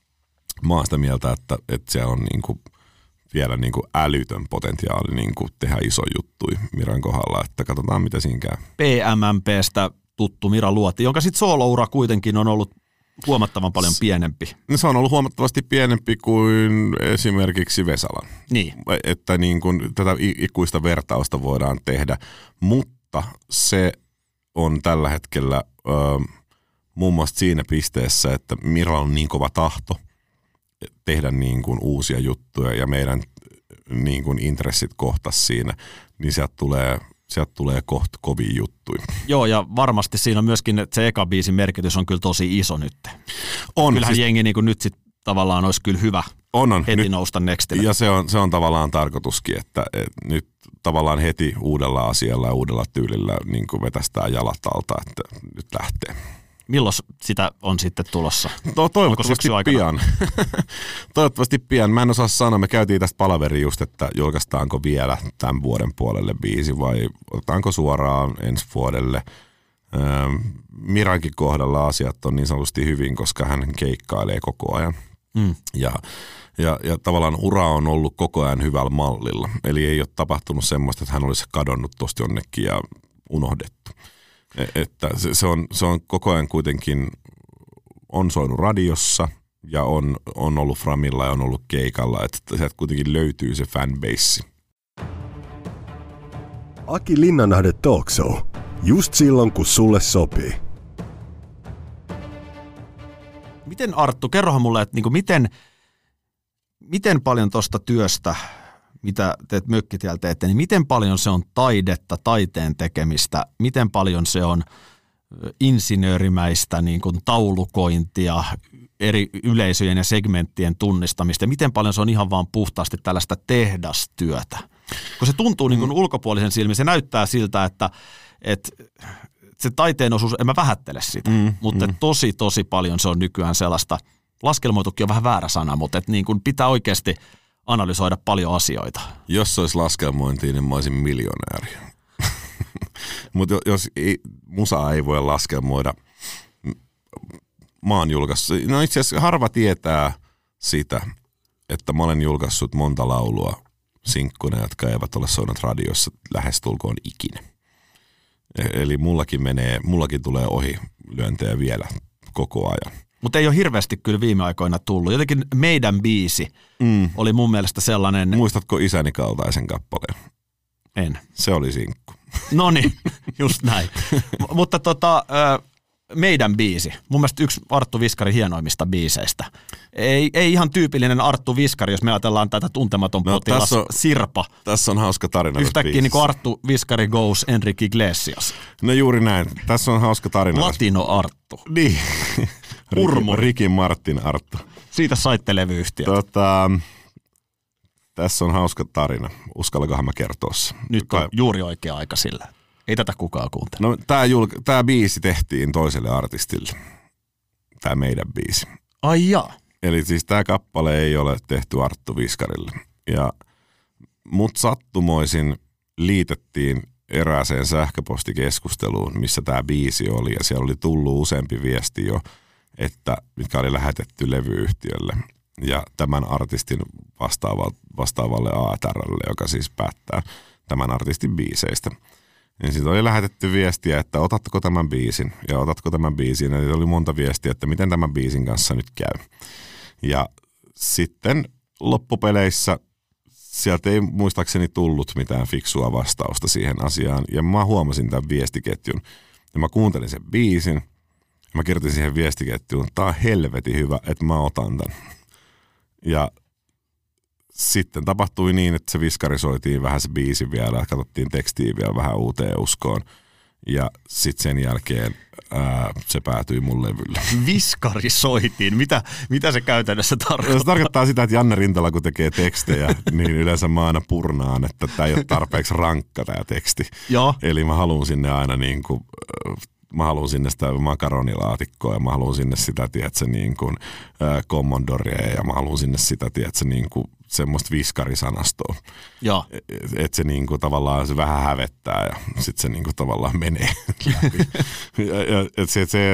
mä oon sitä mieltä, että, että siellä on niinku vielä niinku älytön potentiaali niinku tehdä iso juttui Miran kohdalla, että katsotaan mitä siinä käy. P M M P:stä tuttu Mira Luoti, jonka sitten sooloura kuitenkin on ollut huomattavan paljon pienempi. Se on ollut huomattavasti pienempi kuin esimerkiksi Vesalan. Niin. Että niin kuin tätä ikuista vertausta voidaan tehdä, mutta se on tällä hetkellä ö, muun muassa siinä pisteessä, että Miralla on niin kova tahto tehdä niin kuin uusia juttuja ja meidän niin kuin intressit kohtas siinä, niin sieltä tulee... Sieltä tulee kohta kovia juttuja. Joo, ja varmasti siinä on myöskin, että se eka biisin merkitys on kyllä tosi iso nyt. On. Kyllähän siis, jengi niin kuin nyt sit tavallaan olisi kyllä hyvä on, on. heti nyt, nousta nextille. Ja se on, se on tavallaan tarkoituskin, että et nyt tavallaan heti uudella asialla ja uudella tyylillä niin kuin vetästään jalat alta, että nyt lähtee. Milloin sitä on sitten tulossa? No, toivottavasti pian. toivottavasti pian. Mä en osaa sanoa. Me käytiin tästä palaveri just, että julkaistaanko vielä tämän vuoden puolelle biisi vai otetaanko suoraan ensi vuodelle. Ähm, Mirankin kohdalla asiat on niin sanotusti hyvin, koska hän keikkailee koko ajan. Mm. Ja, ja, ja tavallaan ura on ollut koko ajan hyvällä mallilla. Eli ei ole tapahtunut semmoista, että hän olisi kadonnut tuosta jonnekin ja unohdettu. Että se, se, on, se on koko ajan kuitenkin, on soinut radiossa ja on, on ollut Framilla ja on ollut keikalla, että sieltä kuitenkin löytyy se fanbase. Aki Linnanahde Talk Show. Just silloin, kun sulle sopii. Miten Arttu, kerrohan mulle, että niinku miten, miten paljon tuosta työstä, mitä teet mökkitiellä teette, niin miten paljon se on taidetta, taiteen tekemistä, miten paljon se on insinöörimäistä niin kuin taulukointia, eri yleisöjen ja segmenttien tunnistamista, ja miten paljon se on ihan vaan puhtaasti tällaista tehdastyötä. Kun se tuntuu niin kuin ulkopuolisen silmin, se näyttää siltä, että, että se taiteen osuus, en mä vähättele sitä, mm, mutta mm. tosi, tosi paljon se on nykyään sellaista, laskelmoitukin on vähän väärä sana, mutta että niin kuin pitää oikeasti analysoida paljon asioita. Jos se olisi laskelmointia, niin mä olisin miljonääri. Mutta jos ei, musaa ei voi laskelmoida, mä oon julkaissut, no itse asiassa harva tietää sitä, että mä olen julkaissut monta laulua sinkkuna, jotka eivät ole soinut radiossa lähestulkoon ikinä. Eli mullakin menee, mullakin tulee ohi lyöntejä vielä koko ajan. Mutta ei ole hirveästi kyllä viime aikoina tullut. Jotenkin Meidän biisi mm. oli mun mielestä sellainen... Muistatko Isäni kaltaisen kappaleen? En. Se oli sinkku. Noniin, just näin. M- mutta tota, Meidän biisi, mun mielestä yksi Arttu Viskarin hienoimmista biiseistä. Ei, ei ihan tyypillinen Arttu Viskari, jos me ajatellaan tätä Tuntematon no, potilas on, Sirpa. Tässä on hauska tarina. Yhtäkkiä niin kuin Arttu Viskari goes Enrique Iglesias. No juuri näin. Tässä on hauska tarina. Latino Arttu. Niin. Ricky, Ricky Martin Arttu. Siitä saitte levyyhtiöt. Tota, tässä on hauska tarina. Uskallankohan mä kertoa se? Nyt on juuri oikea aika sillä. Ei tätä kukaan kuuntele. No tää, julka- tää biisi tehtiin toiselle artistille. Tää Meidän biisi. Ai jaa. Eli siis tää kappale ei ole tehty Arttu Viskarille. Ja mut sattumoisin liitettiin erääseen sähköpostikeskusteluun, missä tää biisi oli. Ja siellä oli tullut useampi viesti jo, että mitkä oli lähetetty levyyhtiölle. Ja tämän artistin vastaavalle, vastaavalle A T R:lle, joka siis päättää tämän artistin biiseistä. Niin siitä oli lähetetty viestiä, että otatko tämän biisin ja otatko tämän biisin. Ja oli monta viestiä, että miten tämän biisin kanssa nyt käy. Ja sitten loppupeleissä sieltä ei muistaakseni tullut mitään fiksua vastausta siihen asiaan. Ja mä huomasin tämän viestiketjun ja mä kuuntelin sen biisin. Mä kirjoitin siihen viestiketjuun, että tää on helvetin hyvä, että mä otan tämän. Ja sitten tapahtui niin, että se viskarisoitiin vähän se biisi vielä, katsottiin tekstiä vielä vähän uuteen uskoon. Ja sitten sen jälkeen ää, se päätyi mun levylle. Viskarisoitiin? Mitä, mitä se käytännössä tarkoittaa? Se tarkoittaa sitä, että Janne Rintala kun tekee tekstejä, niin yleensä mä aina purnaan, että tää ei ole tarpeeksi rankka tää teksti. Joo. Eli mä haluan sinne aina niin kuin... Mä haluan sinne sitä makaronilaatikkoa ja mä haluan sinne sitä, tiedätkö, niin kuin äh, kommondoria ja mä haluan sinne sitä, tiedätkö, niin kuin semmoista viskarisanastoa. Joo. Että et se niin kuin tavallaan se vähän hävettää ja sitten se niin kuin tavallaan menee läpi. ja, ja, et se, et se,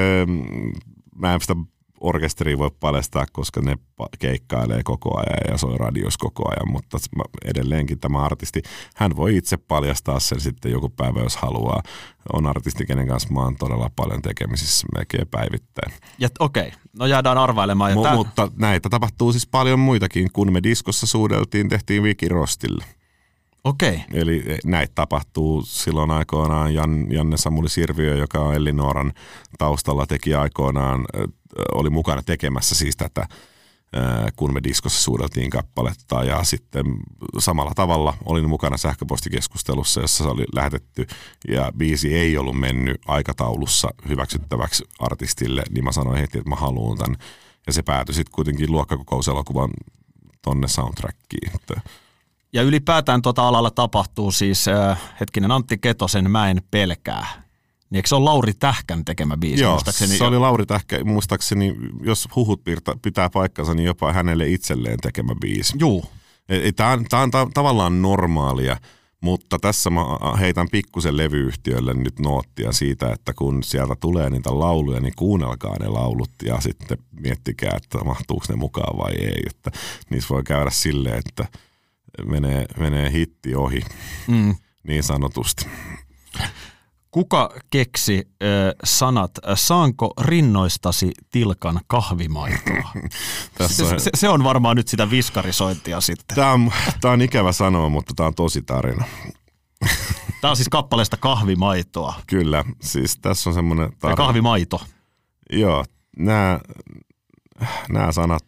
mä en sitä orkesteria voi paljastaa, koska ne keikkailee koko ajan ja soi radios koko ajan, mutta edelleenkin tämä artisti, hän voi itse paljastaa sen sitten joku päivä, jos haluaa. On artisti, kenen kanssa mä oon todella paljon tekemisissä melkein päivittäin. Ja okei, okay. No jäädään arvailemaan. M- tämän... Mutta näitä tapahtuu siis paljon muitakin, kun me diskossa suudeltiin, tehtiin Viki Rostille. Okei. Okay. Eli näitä tapahtuu silloin aikoinaan Jan, Janne Samuli Sirviö, joka on Ellinooran taustalla, teki aikoinaan, oli mukana tekemässä siis tätä, kun me diskossa suudeltiin kappaletta. Ja sitten samalla tavalla olin mukana sähköpostikeskustelussa, jossa se oli lähetetty ja biisi ei ollut mennyt aikataulussa hyväksyttäväksi artistille, niin mä sanoin heti, että mä haluan tämän. Ja se päätyi sitten kuitenkin luokkakokouselokuvan tonne soundtrackiin. Ja ylipäätään tuota alalla tapahtuu siis, äh, hetkinen, Antti Ketosen Mä en pelkää. Niin eikö se ole Lauri Tähkän tekemä biisi? Joo, se oli Lauri Tähkä, muistaakseni, jos huhut pitää paikkansa, niin jopa hänelle itselleen tekemä biisi. Juu. Tämä on, tää on ta- tavallaan normaalia, mutta tässä mä heitän pikkusen levyyhtiölle nyt noottia siitä, että kun sieltä tulee niitä lauluja, niin kuunnelkaa ne laulut ja sitten miettikää, että mahtuuko ne mukaan vai ei. Että niissä voi käydä silleen, että menee, menee hitti ohi, mm. niin sanotusti. Kuka keksi äh, sanat, saanko rinnoistasi tilkan kahvimaitoa? se, on... Se, se on varmaan nyt sitä viskarisointia sitten. Tämä on, tämä on ikävä sanoa, mutta tämä on tosi tarina. Tämä on siis kappaleesta Kahvimaitoa. Kyllä, siis tässä on semmoinen tarina. Kahvimaito. Joo, nämä, nämä sanat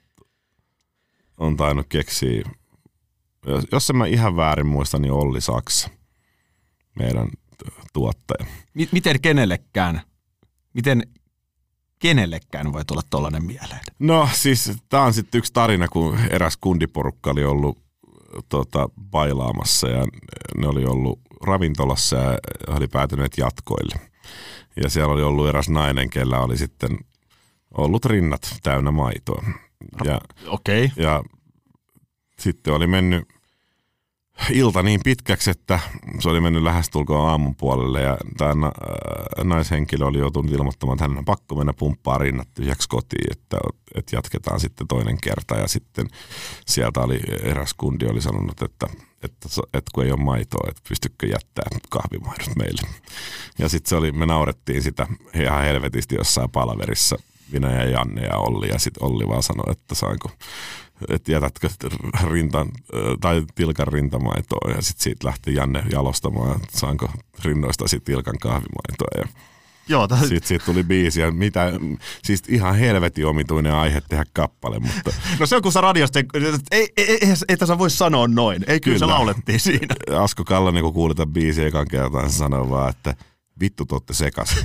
on tainnut keksiä, jos, jos en mä ihan väärin muista, niin Olli Saksa, meidän tuottaja. Miten kenellekään, miten kenellekään voi tulla tollainen mieleen? No siis tämä on sitten yksi tarina, kun eräs kundiporukka oli ollut tota, bailaamassa ja ne oli ollut ravintolassa ja oli päätyneet jatkoille. Ja siellä oli ollut eräs nainen, kellä oli sitten ollut rinnat täynnä maitoa. Ja, Okei. Okay. Ja sitten oli mennyt ilta niin pitkäksi, että se oli mennyt lähestulkoon aamun puolelle ja tämä naishenkilö oli joutunut ilmoittamaan, että hän on pakko mennä pumppaa rinnat tyhjäksi kotiin, että, että jatketaan sitten toinen kerta. Ja sitten sieltä oli eräs kundi oli sanonut, että, että, että kun ei ole maitoa, että pystykö jättää kahvimaidot meille. Ja sitten se oli, me naurettiin sitä ihan helvetisti jossain palaverissa, minä ja Janne ja Olli, ja sitten Olli vaan sanoi, että saanko, että jätätkö rintan, tai tilkan rintamaitoa, ja sitten siitä lähti Janne jalostamaan, että saanko rinnoista sitten tilkan kahvimaitoa, ja Joo, täh... sitten siitä tuli biisi, ja mitä, siis ihan helvetin omituinen aihe tehdä kappale, mutta... No se on, kun sä radiosta, ei, ei, ei, ei, ei tässä voi sanoa noin, ei kyllä, kyllä. Se laulettiin siinä. Asko Kallanen, kun kuuli tämän biisin ekan kertaan, se sanoi vaan, että vittu tuotte sekas.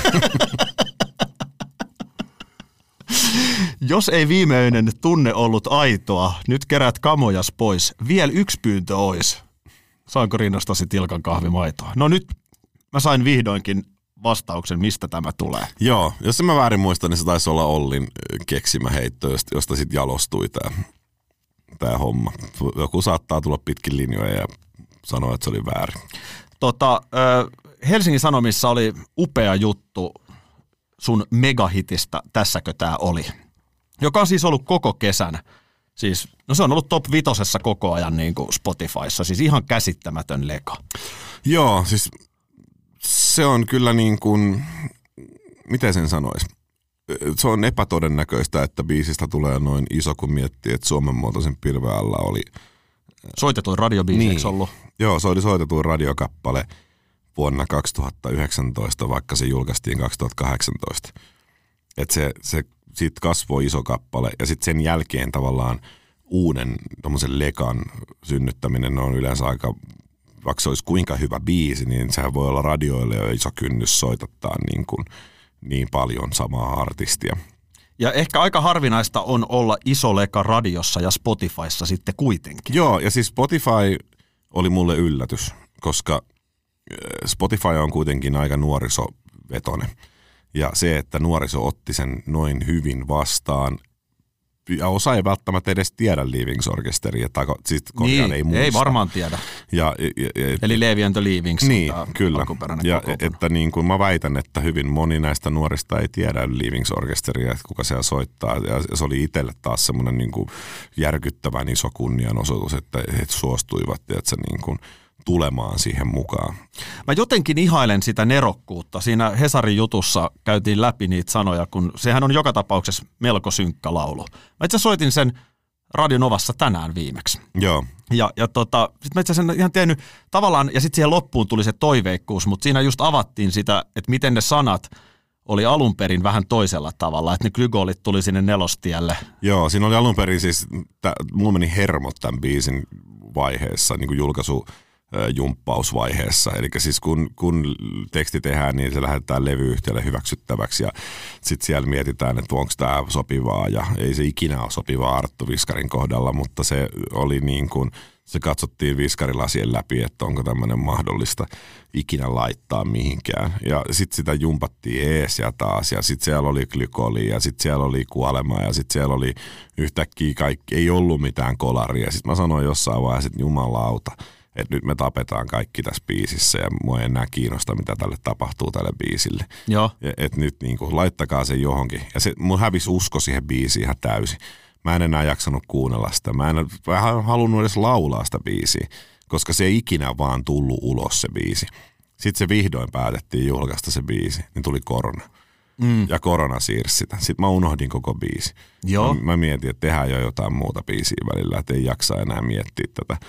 Jos ei viimeinen tunne ollut aitoa, nyt kerät kamojas pois. Vielä yksi pyyntö ois. Saanko rinnastasi tilkan kahvimaitoa? No nyt mä sain vihdoinkin vastauksen, mistä tämä tulee. Joo, jos en mä väärin muista, niin se taisi olla Ollin keksimä heitto, josta sitten jalostui tämä tää homma. Joku saattaa tulla pitkin linjoja ja sanoa, että se oli väärin. Tota, Helsingin Sanomissa oli upea juttu sun megahitistä Tässäkö tää oli, joka on siis ollut koko kesän. Siis, no se on ollut top vitosessa koko ajan niin kuin Spotifyssa, siis ihan käsittämätön leka. Joo, siis se on kyllä niin kuin, miten sen sanoisi? Se on epätodennäköistä, että biisistä tulee noin iso, kun miettii, että Suomen muotoisen pilven alla oli... Soitetuin radiobiisi, eikö ollut? Joo, se oli soitetuin radiokappale vuonna kaksituhattayhdeksäntoista, vaikka se julkaistiin kaksituhattakahdeksantoista. Että se, se siitä kasvoi iso kappale ja sitten sen jälkeen tavallaan uuden tommosen lekan synnyttäminen on yleensä aika, vaikka se olisi kuinka hyvä biisi, niin sehän voi olla radioille jo iso kynnys soitattaa niin, kuin, niin paljon samaa artistia. Ja ehkä aika harvinaista on olla iso leka radiossa ja Spotifyssa sitten kuitenkin. Joo, ja siis Spotify oli mulle yllätys, koska Spotify on kuitenkin aika nuorisovetoinen. Ja se, että nuoriso otti sen noin hyvin vastaan, ja osa ei välttämättä edes tiedä Leavings Orchesteria, tai siis niin, ei muista. Ei varmaan tiedä. Ja, ja, ja, Eli Levi and the Leavings. Niin, kyllä. Ja että niin kuin mä väitän, että hyvin moni näistä nuorista ei tiedä Leavings Orchesteria, että kuka siellä soittaa. Ja se oli itselle taas semmoinen niin kuin järkyttävän iso kunnianosoitus, että he suostuivat, että se niin kuin tulemaan siihen mukaan. Mä jotenkin ihailen sitä nerokkuutta. Siinä Hesarin jutussa käytiin läpi niitä sanoja, kun sehän on joka tapauksessa melko synkkä laulu. Mä itse soitin sen Radio Novassa tänään viimeksi. Joo. Ja, ja tota, sit mä itse asiassa ihan tehnyt tavallaan, ja sitten siihen loppuun tuli se toiveikkuus, mutta siinä just avattiin sitä, että miten ne sanat oli alun perin vähän toisella tavalla, että ne glygolit tuli sinne nelostielle. Joo, siinä oli alun perin siis, mulla meni hermot tämän biisin vaiheessa, niin kuin julkaisu jumppausvaiheessa. Eli siis kun, kun teksti tehdään, niin se lähetetään levyyhtiölle hyväksyttäväksi ja sitten siellä mietitään, että onko tämä sopivaa ja ei se ikinä ole sopivaa Arttu Viskarin kohdalla, mutta se oli niin kuin, se katsottiin viskarilasien läpi, että onko tämmöinen mahdollista ikinä laittaa mihinkään. Ja sitten sitä jumpattiin ees ja taas ja sitten siellä oli glykoli ja sitten siellä oli kuolema ja sitten siellä oli yhtäkkiä kaikki, ei ollut mitään kolaria. Sitten mä sanoin jossain vaiheessa, että jumalauta, että nyt me tapetaan kaikki tässä biisissä ja mua ei enää kiinnosta, mitä tälle tapahtuu tälle biisille. Joo. Että nyt niin kuin, laittakaa se johonkin. Ja se, mun hävisi usko siihen biisiin ihan täysin. Mä en enää jaksanut kuunnella sitä. Mä en vähän halunnut edes laulaa sitä biisiä, koska se ei ikinä vaan tullut ulos se biisi. Sitten se vihdoin päätettiin julkaista se biisi, niin tuli korona. Mm. Ja korona siirsi sitä. Sitten mä unohdin koko biisi. Joo. Mä, mä mietin, että tehdään jo jotain muuta biisiä välillä, että ei jaksa enää miettiä tätä.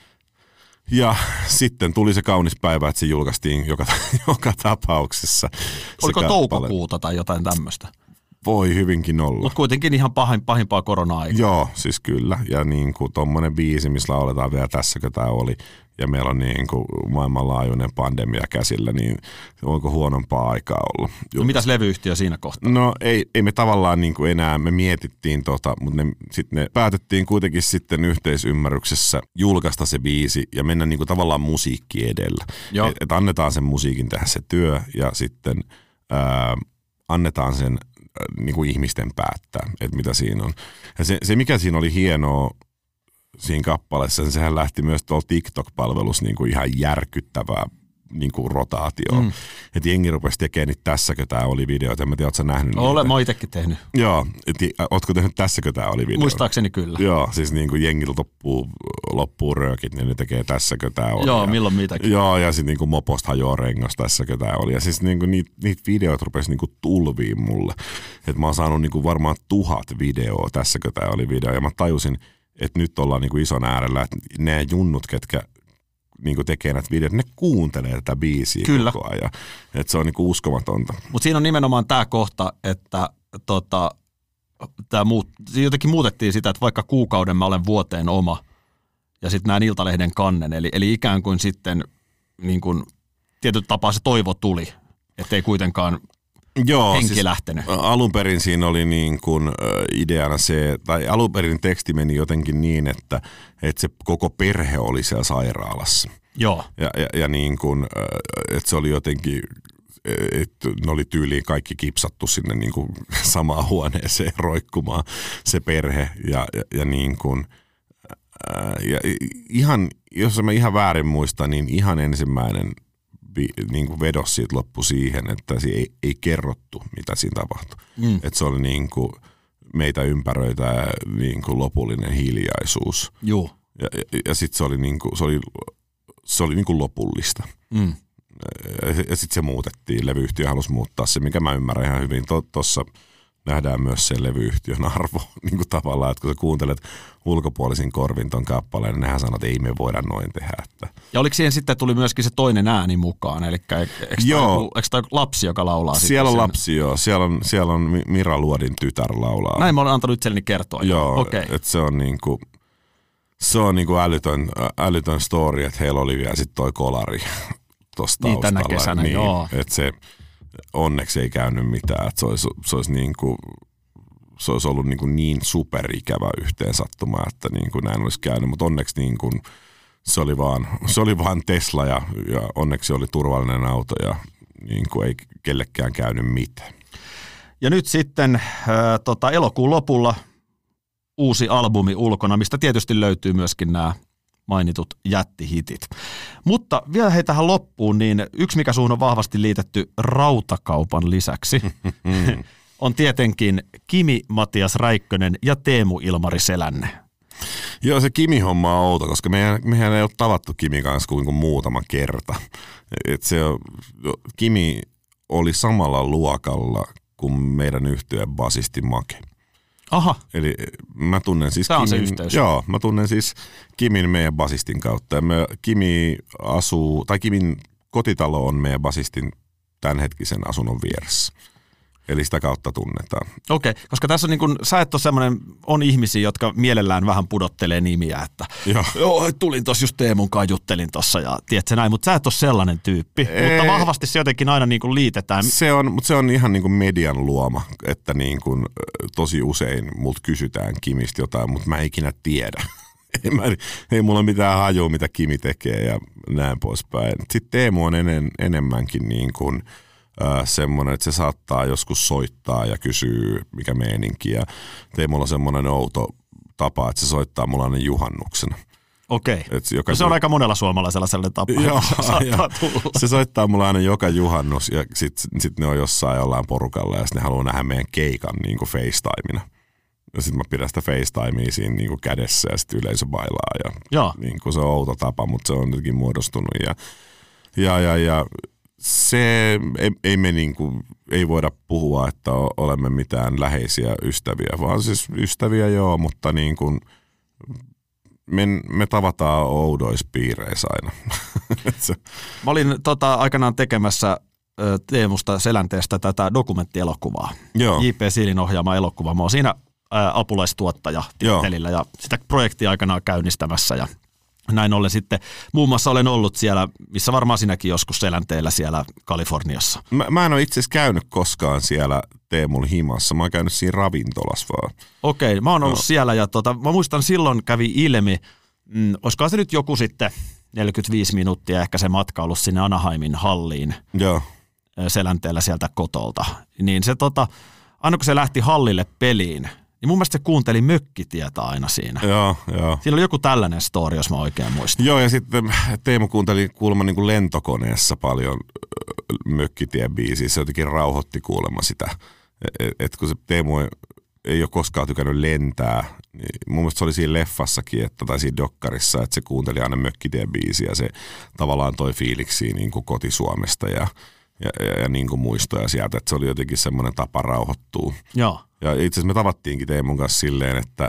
Ja sitten tuli se kaunis päivä, että se julkaistiin joka, joka tapauksessa. Oliko toukokuuta tai jotain tämmöistä? Voi hyvinkin olla. Mutta kuitenkin ihan pahin, pahimpaa korona-aikaa. Joo, siis kyllä. Ja niin kuin tommonen biisi, missä lauletaan vielä Tässäkö tää oli, ja meillä on niin kuin maailmanlaajuinen pandemia käsillä, niin onko huonompaa aikaa ollut? No mitäs levyyhtiö siinä kohtaa? No ei, ei me tavallaan niin kuin enää, me mietittiin tota, mutta ne, sitten ne päätettiin kuitenkin sitten yhteisymmärryksessä julkaista se biisi ja mennä niin kuin tavallaan musiikki edellä. Että et annetaan sen musiikin tehdä se työ ja sitten ää, annetaan sen niin kuin ihmisten päättää, että mitä siinä on. Ja se, se mikä siinä oli hienoa siinä kappaleessa, niin sehän lähti myös tuolla TikTok-palvelussa niin kuin ihan järkyttävää niin kuin rotaatioon. Mm. Että jengi rupesi tekemään niitä Tässäkö tää oli videoita. En mä tiedä, ootko sä nähnyt niitä? Olen, mä oon itekin tehnyt. Joo, et, ootko tehnyt Tässäkö tää oli videoita? Muistaakseni kyllä. Joo, siis niin kuin jengiltä loppuu, loppuu röökit, niin ne tekee Tässäkö tää oli. Joo, ja, milloin mitäkin. Joo, ja sitten niin kuin moposta hajoaa rengas Tässäkö tää oli. Ja siis niin kuin niitä, niitä videoita rupesi niin kuin tulviin mulle. Että mä oon saanut niin kuin varmaan tuhat videoa Tässäkö tää oli video. Ja mä tajusin, että nyt ollaan niin kuin ison äärellä, että nämä junnut, ketkä niin kuin tekee näitä videoita, ne kuuntelee tätä biisiä Kyllä. koko ajan. Että se on niin kuin uskomatonta. Mutta siinä on nimenomaan tämä kohta, että tota, tää muut, jotenkin muutettiin sitä, että vaikka kuukauden mä olen vuoteen oma ja sitten näin Iltalehden kannen. Eli, eli ikään kuin sitten niin kuin, tietyllä tapaa se toivo tuli, ettei kuitenkaan Joo, henki siis lähtenyt. Alun perin siinä oli niin kuin äh, ideana se, tai alun perin teksti meni jotenkin niin, että, että se koko perhe oli siellä sairaalassa. Joo. Ja, ja, ja niin kuin, äh, että se oli jotenkin, että ne oli tyyliin kaikki kipsattu sinne niin kuin samaan huoneeseen roikkumaan se perhe. Ja, ja, ja niin kuin, äh, ja ihan, jos mä ihan väärin muistan, niin ihan ensimmäinen niin kuin vedos siitä loppui siihen, että se ei, ei kerrottu, mitä siinä tapahtui. Mm. Että se oli niin kuin meitä ympäröitä niin kuin lopullinen hiljaisuus. Joo. Ja, ja, ja sitten se oli, niin kuin, se oli, se oli niin kuin lopullista. Mm. Ja, ja sitten se muutettiin. Levyyhtiö halusi muuttaa se, mikä mä ymmärrän ihan hyvin. Tuossa nähdään myös sen levyyhtiön arvo niin kuin tavallaan, että kun sä kuuntelet ulkopuolisin korvin ton kappaleen, niin nehän sanoo, että ei me voida noin tehdä. Että. Ja oliko siihen sitten tuli myöskin se toinen ääni mukaan, eli eikö tämä lapsi, joka laulaa? Siellä on sen? lapsi, joo. Siellä on, siellä on Mira Luodin tytär laulaa. Näin mä olen antanut itselleni kertoa. Joo, okay. Että se on niinku, se on niinku älytön, älytön story, että heillä oli vielä sitten toi kolari tuossa niin, taustalla. Tänä kesänä, niin, joo. Että se onneksi ei käynyt mitään, että se olisi, se olisi niinku, se olisi ollut niin, kuin niin superikävä yhteensattuma, että niin kuin näin olisi käynyt, mutta onneksi niin kuin se, oli vaan, se oli vaan Tesla ja, ja onneksi oli turvallinen auto ja niin kuin ei kellekään käynyt mitään. Ja nyt sitten äh, tota, elokuun lopulla uusi albumi ulkona, mistä tietysti löytyy myöskin nämä mainitut jättihitit. Mutta vielä hei tähän loppuun, niin yksi mikä suhun on vahvasti liitetty Rautakaupan lisäksi on tietenkin Kimi Matias Räikkönen ja Teemu Ilmari Selänne. Joo, se Kimi-homma on outo, koska mehän, mehän ei ole tavattu Kimi kanssa kuin, kuin muutama kerta. Et se, Kimi oli samalla luokalla kuin meidän yhtyeen basisti Make. Aha. Eli mä tunnen siis Tämä on Kimin, se yhteys. Joo, mä tunnen siis Kimin meidän basistin kautta. Ja me, Kimi asuu, tai Kimin kotitalo on meidän basistin tämänhetkisen asunnon vieressä. Eli sitä kautta tunnetaan. Okei, okay, koska tässä on niin kuin, sä et ole semmoinen, on ihmisiä, jotka mielellään vähän pudottelee nimiä, että joo, joo tulin tossa just Teemun kanssa, juttelin tossa ja tiedätkö näin, mutta sä et ole sellainen tyyppi. Ei, mutta vahvasti se jotenkin aina niin kuin liitetään. Se on, mutta se on ihan niin kuin median luoma, että niin kuin tosi usein multa kysytään Kimistä jotain, mutta mä en ikinä tiedä. ei, mä, ei mulla mitään hajua, mitä Kimi tekee ja näin poispäin. Sitten Teemu on enen, enemmänkin niin kuin Äh, semmoinen, että se saattaa joskus soittaa ja kysyy, mikä meininki. Ja Teemulla on semmoinen outo tapa, että se soittaa mulla aina juhannuksena. Okei. Okay. No se on aika monella suomalaisella sellainen tapa. Joo, se soittaa mulla aina joka juhannus ja sitten sit ne on jossain jollain porukalla ja sitten ne haluaa nähdä meidän keikan niin kuin FaceTimena. Ja sitten mä pidän sitä FaceTimea siinä niin kuin kädessä ja sitten yleisö bailaa. Ja, Joo. Niin kuin se on outo tapa, mutta se on jotenkin muodostunut. Ja, ja, ja, ja se ei, ei me niin kuin, ei voida puhua, että olemme mitään läheisiä ystäviä, vaan siis ystäviä joo, mutta niin kuin me, me tavataan oudoissa piireissä aina. Mä olin tota, aikanaan tekemässä ö, Teemusta Selänteestä tätä dokumenttielokuvaa. Joo. J P Siilin ohjaama elokuva. Mä oon siinä ä, apulaistuottaja tittelillä ja sitä projektia aikanaan käynnistämässä ja näin ollen sitten muun muassa olen ollut siellä, missä varmaan sinäkin joskus Selänteellä siellä Kaliforniassa. Mä, mä en ole itse asiassa käynyt koskaan siellä Teemun himassa. Mä oon käynyt siinä ravintolassa vaan. Okei, mä oon ollut no. siellä ja tota, mä muistan silloin kävi ilmi, mm, olisikohan se nyt joku sitten neljäkymmentäviisi minuuttia ehkä se matka ollut sinne Anaheimin halliin. Joo. Selänteellä sieltä kotolta. Niin se tota, aina kun se lähti hallille peliin, niin mun mielestä se kuunteli Mökkitietä aina siinä. Joo, joo. Siinä oli joku tällainen story, jos mä oikein muistan. Joo, ja sitten Teemu kuunteli kuulemma niin kuin lentokoneessa paljon Mökkitien biisiä. Se jotenkin rauhoitti kuulemma sitä. Et, et kun se Teemu ei, ei ole koskaan tykännyt lentää, niin mun mielestä se oli siinä leffassakin, että, tai siinä dokkarissa, että se kuunteli aina Mökkitien biisiä ja se tavallaan toi fiiliksiä niin kuin koti-Suomesta ja, ja, ja, ja niin kuin muistoja sieltä, että se oli jotenkin semmoinen tapa rauhoittua. Joo. Ja itse asiassa me tavattiinkin Teemun kanssa silleen, että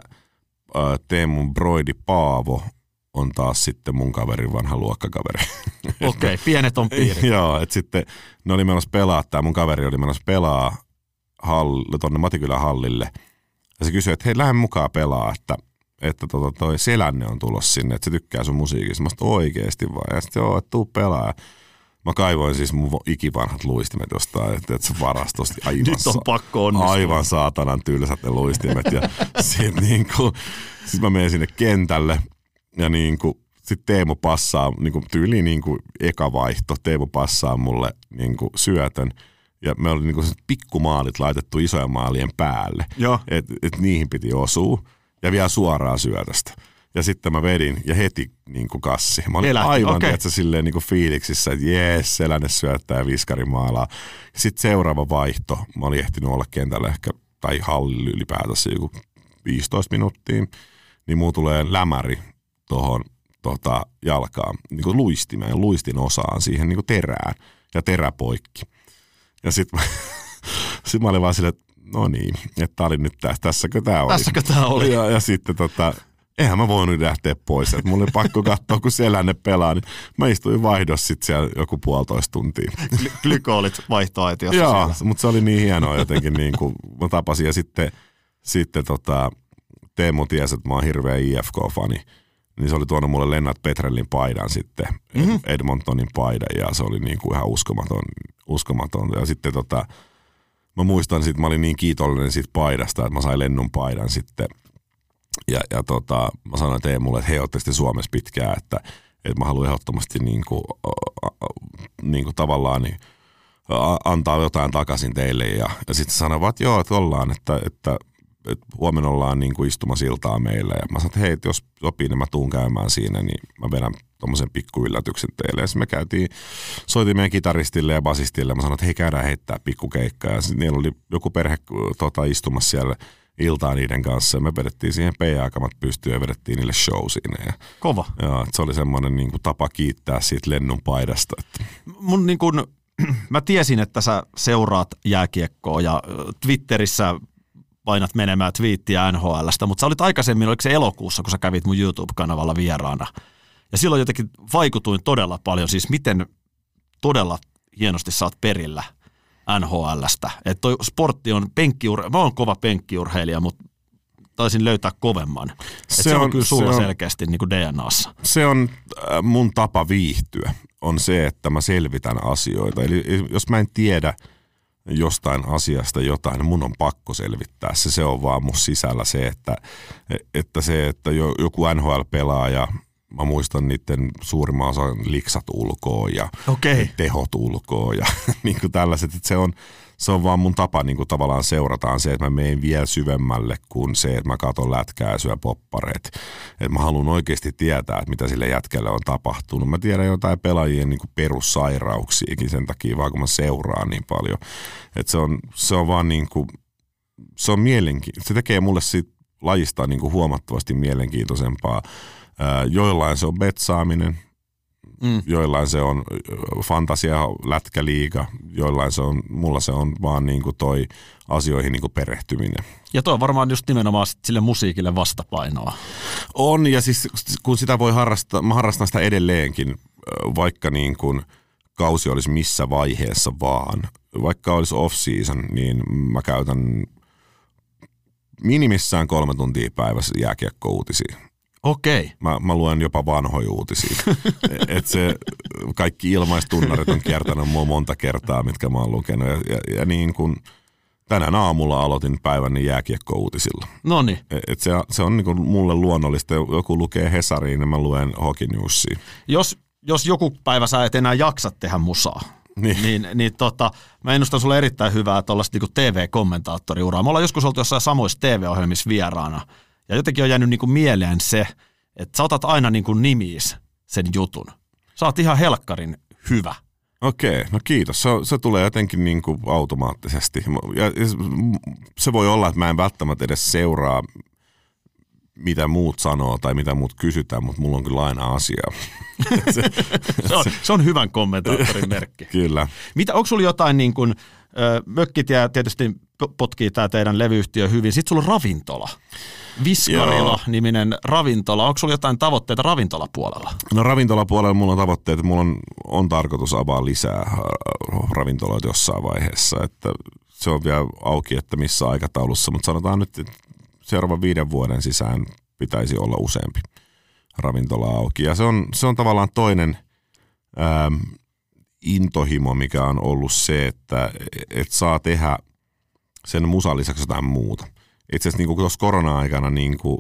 ä, Teemun broidi Paavo on taas sitten mun kaverin vanha luokkakaveri. Okei, okay, pienet on piirit. Joo, että sitten ne oli menossa pelaa, tämä mun kaveri oli menossa pelaa hall, tonne Matikylän hallille. Ja se kysyi, että hei, lähde mukaan pelaa, että, että tota, toi Selänne on tulossa sinne, että se tykkää sun musiikista. Mä sanoin, oikeesti vaan. Ja sitten joo, että tuu pelaa. Mä kaivoin siis mun ikivanhat luistimet jostain, että, että se varastosti aivan, Nyt on pakko onnistua. aivan saatanan tylsät ne luistimet. Ja sit niinku, sit mä menen sinne kentälle ja niinku, sit Teemu passaa, niinku tyyli niinku eka vaihto, Teemu passaa mulle niinku syötön. Ja me oli niinku pikkumaalit laitettu isojen maalien päälle, että et niihin piti osua ja vielä suoraan syötöstä. Ja sitten mä vedin ja heti niinku kassi. Mä olin Elähti. aivan okay. tiedätkö, silleen niinku fiiliksissä, että jees, Selänne syöttää ja viskari maalaa. Sitten seuraava vaihto, mä olin ehtinyt olla kentällä ehkä, tai hallilla ylipäätänsä joku viisitoista minuuttia, niin muu tulee lämäri tuohon tota, jalkaan, niinku luistimeen, luistin osaan siihen niinku terään ja terä poikki. Ja sit mä, sit mä olin vaan silleen, että no niin, että tää oli nyt tässä, tässäkö tää oli. Tässäkö tää oli. Ja, ja sitten tota, eihän mä voinut lähteä pois, että mulla oli pakko katsoa, kun Selänne pelaa, niin mä istuin vaihdossa sit siellä joku puolitoista tuntia. Glykoolit vaihtoaitiossa. Joo, mutta se oli niin hienoa jotenkin, niin kuin mä tapasin. Ja sitten, sitten tota, Teemu tiesi, että mä oon hirveä I F K-fani. Niin se oli tuonut mulle Lennart Petrellin paidan sitten, mm-hmm. Edmontonin paidan, ja se oli niin kuin ihan uskomaton, uskomaton. Ja sitten tota, mä muistan, että mä olin niin kiitollinen siitä paidasta, että mä sain Lennun paidan sitten. Ja, ja tota, mä sanoin Teemulle, että hei, ootte sitten Suomessa pitkään, että, että mä haluan ehdottomasti niin kuin, niin kuin tavallaan niin, antaa jotain takaisin teille. Ja, ja sitten sanoin, että joo, että ollaan, että, että että huomenna ollaan niin kuin istumasiltaa meillä. Ja mä sanoin, että hei, että jos sopii, niin mä tuun käymään siinä, niin mä vedän tommosen pikku yllätyksen teille. Ja sitten me käytiin, soitin meidän kitaristille ja basistille, ja mä sanoin, että hei, käydään heittää pikkukeikkaa. Ja sitten niillä oli joku perhe tota, istumassa siellä iltaa niiden kanssa, ja me vedettiin siihen P A-kamat pystyyn ja vedettiin niille show siinä. Ja, Kova. Ja se oli semmoinen niin kuin tapa kiittää siitä Lennun paidasta. Että. Mun niin kuin, mä tiesin, että sä seuraat jääkiekkoa, ja Twitterissä painat menemään twiittiä N H L:stä, mutta sä olit aikaisemmin, oliko se elokuussa, kun sä kävit mun YouTube-kanavalla vieraana. Ja silloin jotenkin vaikutuin todella paljon, siis miten todella hienosti sä oot perillä N H L:stä. Että toi sportti on penkkiurheilija, mä oon kova penkkiurheilija, mutta taisin löytää kovemman. Että se, se on, on kyllä sulla on, selkeästi niin kuin D N A:ssa. Se on mun tapa viihtyä, on se, että mä selvitän asioita. Eli jos mä en tiedä jostain asiasta jotain, niin mun on pakko selvittää se. Se on vaan mun sisällä se, että, että se, että joku N H L-pelaaja, mä muistan niiden suurimman osan liksat ulkoa ja okay. tehot ulkoa ja niin kuin tällaiset, että se on, se on vaan mun tapa niin kuin tavallaan seurataan se, että mä menen vielä syvemmälle kuin se, että mä katon lätkää ja syön poppareet. Että mä haluan oikeasti tietää, että mitä sille jätkälle on tapahtunut. Mä tiedän jotain pelaajien niin kuin perussairauksiakin sen takia, vaan kun mä seuraan niin paljon. Että se on, se on vaan niin kuin, se on mielenkiintoista. Se tekee mulle siitä lajista niin kuin huomattavasti mielenkiintoisempaa. Joillain se on betsaaminen, mm. joillain se on fantasia, lätkäliiga, joillain se on, mulla se on vaan niinku toi asioihin niinku perehtyminen. Ja toi on varmaan just nimenomaan sille musiikille vastapainoa. On, ja siis kun sitä voi harrastaa, mä harrastan sitä edelleenkin, vaikka niin kuin kausi olisi missä vaiheessa vaan. Vaikka olisi off-season, niin mä käytän minimissään kolme tuntia päivässä jääkiekko-uutisia. Okei. Mä, mä luen jopa vanhoja uutisia. Et se, kaikki ilmaistunnarit on kiertänyt mua monta kertaa, mitkä mä oon lukenut. Ja, ja, ja niin kun tänään aamulla aloitin päivän niin jääkiekko-uutisilla. Noniin. Et se, se on niin kun mulle luonnollista. Joku lukee Hesariin, niin mä luen Hockey Newsia. Jos, jos joku päivä sä et enää jaksa tehdä musaa, niin, niin, niin tota, mä ennustan sulle erittäin hyvää tuollaista niin T V-kommentaattoriuraa. Me ollaan joskus oltu jossain samoissa T V-ohjelmissa vieraana, ja jotenkin on jäänyt niin kuin mieleen se, että sä otat aina niin kuin nimiis sen jutun. Sä oot ihan helkkarin hyvä. Okei, no kiitos. Se, se tulee jotenkin niin kuin automaattisesti. Ja se voi olla, että mä en välttämättä edes seuraa, mitä muut sanoo tai mitä muut kysytään, mutta mulla on kyllä aina asiaa. se, se, on, se on hyvän kommentaattorin merkki. Kyllä. Mitä, onko sulla jotain, niin kuin, mökkit ja tietysti potkii tämä teidän levyyhtiö hyvin, sitten sulla on ravintola. Viskarila-niminen ravintola. Onko sulla jotain tavoitteita ravintolapuolella? No ravintolapuolella mulla on tavoitteet, että mulla on, on tarkoitus avaa lisää ravintoloita jossain vaiheessa. Että se on vielä auki, että missä aikataulussa, mutta sanotaan nyt, että seuraavan viiden vuoden sisään pitäisi olla useampi ravintola auki. Ja se on, se on tavallaan toinen ähm, intohimo, mikä on ollut se, että et saa tehdä sen musan lisäksi jotain muuta. Itse asiassa niin tuossa korona-aikana niin kuin,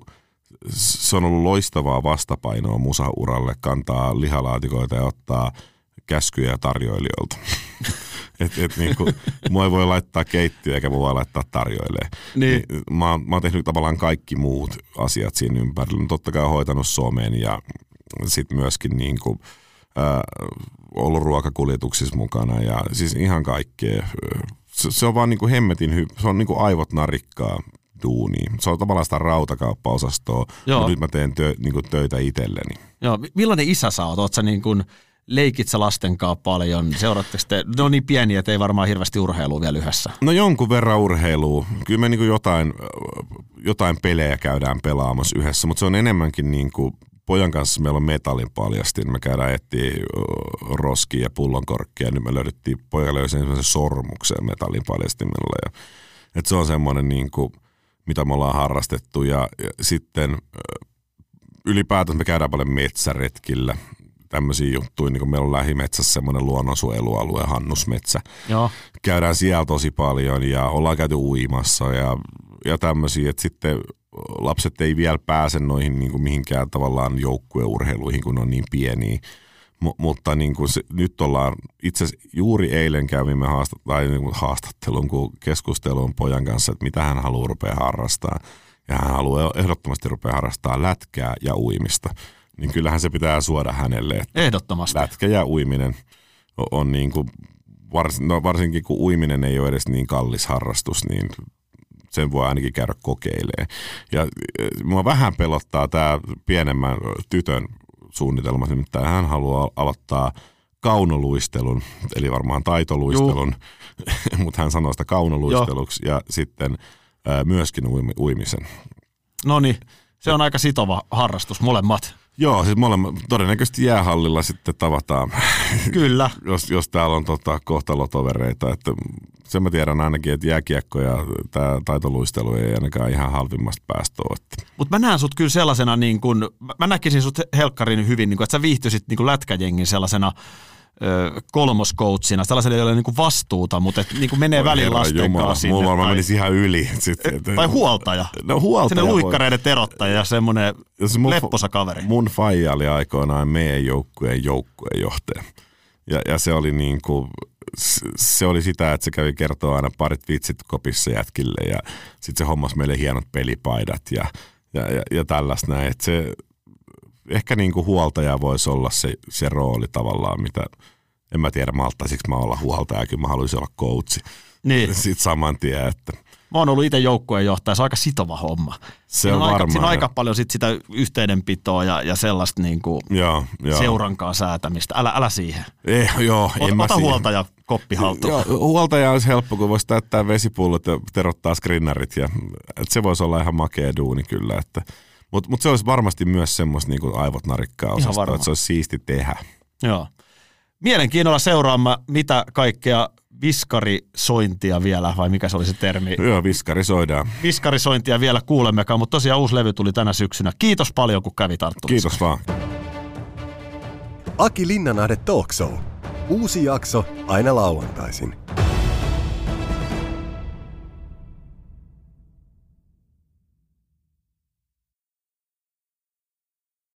se on ollut loistavaa vastapainoa musauralle, kantaa lihalaatikoita ja ottaa käskyjä tarjoilijoilta. et, et, niin kuin, mua ei voi laittaa keittiöä eikä voi laittaa tarjoilee. Niin. Niin, mä, oon, mä oon tehnyt tavallaan kaikki muut asiat siinä ympärillä. Totta kai hoitanut Suomeen ja sitten myöskin niin kuin, äh, ollut ruokakuljetuksissa mukana ja siis ihan kaikkea. Se, se on vaan niin kuin hemmetin hy- se on niin kuin aivot narikkaa duunia. Se on tavallaan sitä rautakauppaosastoa, mutta nyt mä teen työ, niin kuin töitä itselleni. Joo, millainen isä sä oot? Oot sä niin kuin, leikit sä lasten kanssa paljon? Seuraatteko te, ne on niin pieniä, että ei varmaan hirveästi urheilua vielä yhdessä. No jonkun verran urheilua. Kyllä me niin kuin jotain, jotain pelejä käydään pelaamassa yhdessä, mutta se on enemmänkin niin kuin pojan kanssa meillä on metallin paljastin. Me käydään etsiä roskia ja pullonkorkkia. Nyt me löydettiin, poika löysi ensimmäisen sormuksen metallin paljastimella. Ja, että se on semmoinen, niin kuin, mitä me ollaan harrastettu. Ja, ja sitten ylipäätään me käydään paljon metsäretkillä. Tämmöisiä juttuja, niin kuin meillä on lähimetsässä semmoinen luonnonsuojelualue, Hannusmetsä. Joo. Käydään siellä tosi paljon ja ollaan käyty uimassa ja, ja tämmöisiä, että sitten lapset ei vielä pääse noihin niin kuin mihinkään tavallaan joukkueurheiluihin, kun ne on niin pieniä. M- mutta niin kuin se, nyt ollaan, itse asiassa juuri eilen kävimme haastat- tai niin kuin haastattelun, kun keskustelun pojan kanssa, että mitä hän haluaa rupea harrastaa. Ja hän haluaa ehdottomasti rupea harrastaa lätkää ja uimista. Niin kyllähän se pitää suoda hänelle. Että ehdottomasti. Lätkä ja uiminen on, on niin kuin, vars, no varsinkin kun uiminen ei ole edes niin kallis harrastus, niin sen voi ainakin käydä kokeilemaan. Ja mua vähän pelottaa tämä pienemmän tytön suunnitelma, nimittäin hän haluaa aloittaa kaunoluistelun, eli varmaan taitoluistelun, mutta hän sanoo sitä kaunoluisteluksi ja sitten ää, myöskin uimi, uimisen. No niin, se on aika sitova harrastus, molemmat. Joo, siis molemmat todennäköisesti jäähallilla sitten tavataan. Kyllä. jos, jos täällä on tota, kohtalotovereita. Että sen mä tiedän ainakin, että jääkiekko ja tämä taitoluistelu ei ainakaan ihan halvimmasta päästä ole. Mutta mä näen sut kyllä sellaisena, niin kun, mä näkisin sut helkkarin hyvin, niin kun, että sä viihtyisit niin kun lätkäjengin sellaisena kolmoskoutsina, sellaisella ei ole niinku vastuuta, mutta et niinku menee väliin lasten kanssa sinne. Mulla varmaan menisi ihan yli. Sitten, et, tai huoltaja. No huoltaja. Sinne luikkareiden terottaja ja semmoinen lepposa kaveri. Mun faija oli aikoinaan meidän joukkueen joukkueenjohtaja. Ja, ja se oli niinku, se oli sitä, että se kävi kertoa aina parit vitsit kopissa jätkille ja sitten se hommasi meille hienot pelipaidat ja, ja, ja, ja tällaista näin. Että se ehkä niinku huoltaja voisi olla se, se rooli tavallaan, mitä en mä tiedä, malttaisinko mä olla huoltaja, kyllä mä haluaisin olla coachi. Niin. Sitten saman tien, että mä oon ollut itse joukkueenjohtaja, se on aika sitova homma. Se siinä on, on varmaan. Aika, siinä on aika paljon sit sitä yhteydenpitoa ja, ja sellaista niinku joo, joo. seurankaan säätämistä. Älä, älä siihen. Eh, joo, Ot, en mä ota siihen. huoltaja koppi haltuun. Joo, huoltaja olisi helppo, kun voisi täyttää vesipullot ja terottaa skrinnarit. Ja, että se voisi olla ihan makea duuni kyllä, että Mutta mut se olisi varmasti myös semmoista niinku aivot narikkaa osasta, että se olisi siisti tehdä. Joo. Mielenkiinnolla seuraamme, mitä kaikkea viskarisointia vielä, vai mikä se oli se termi? Joo, viskarisoidaan. Viskarisointia vielä kuulemmekaan, mutta tosiaan uusi levy tuli tänä syksynä. Kiitos paljon, kun kävi tarttumassa. Kiitos vaan. Aki Linnanahde Talk Show. Uusi jakso aina lauantaisin.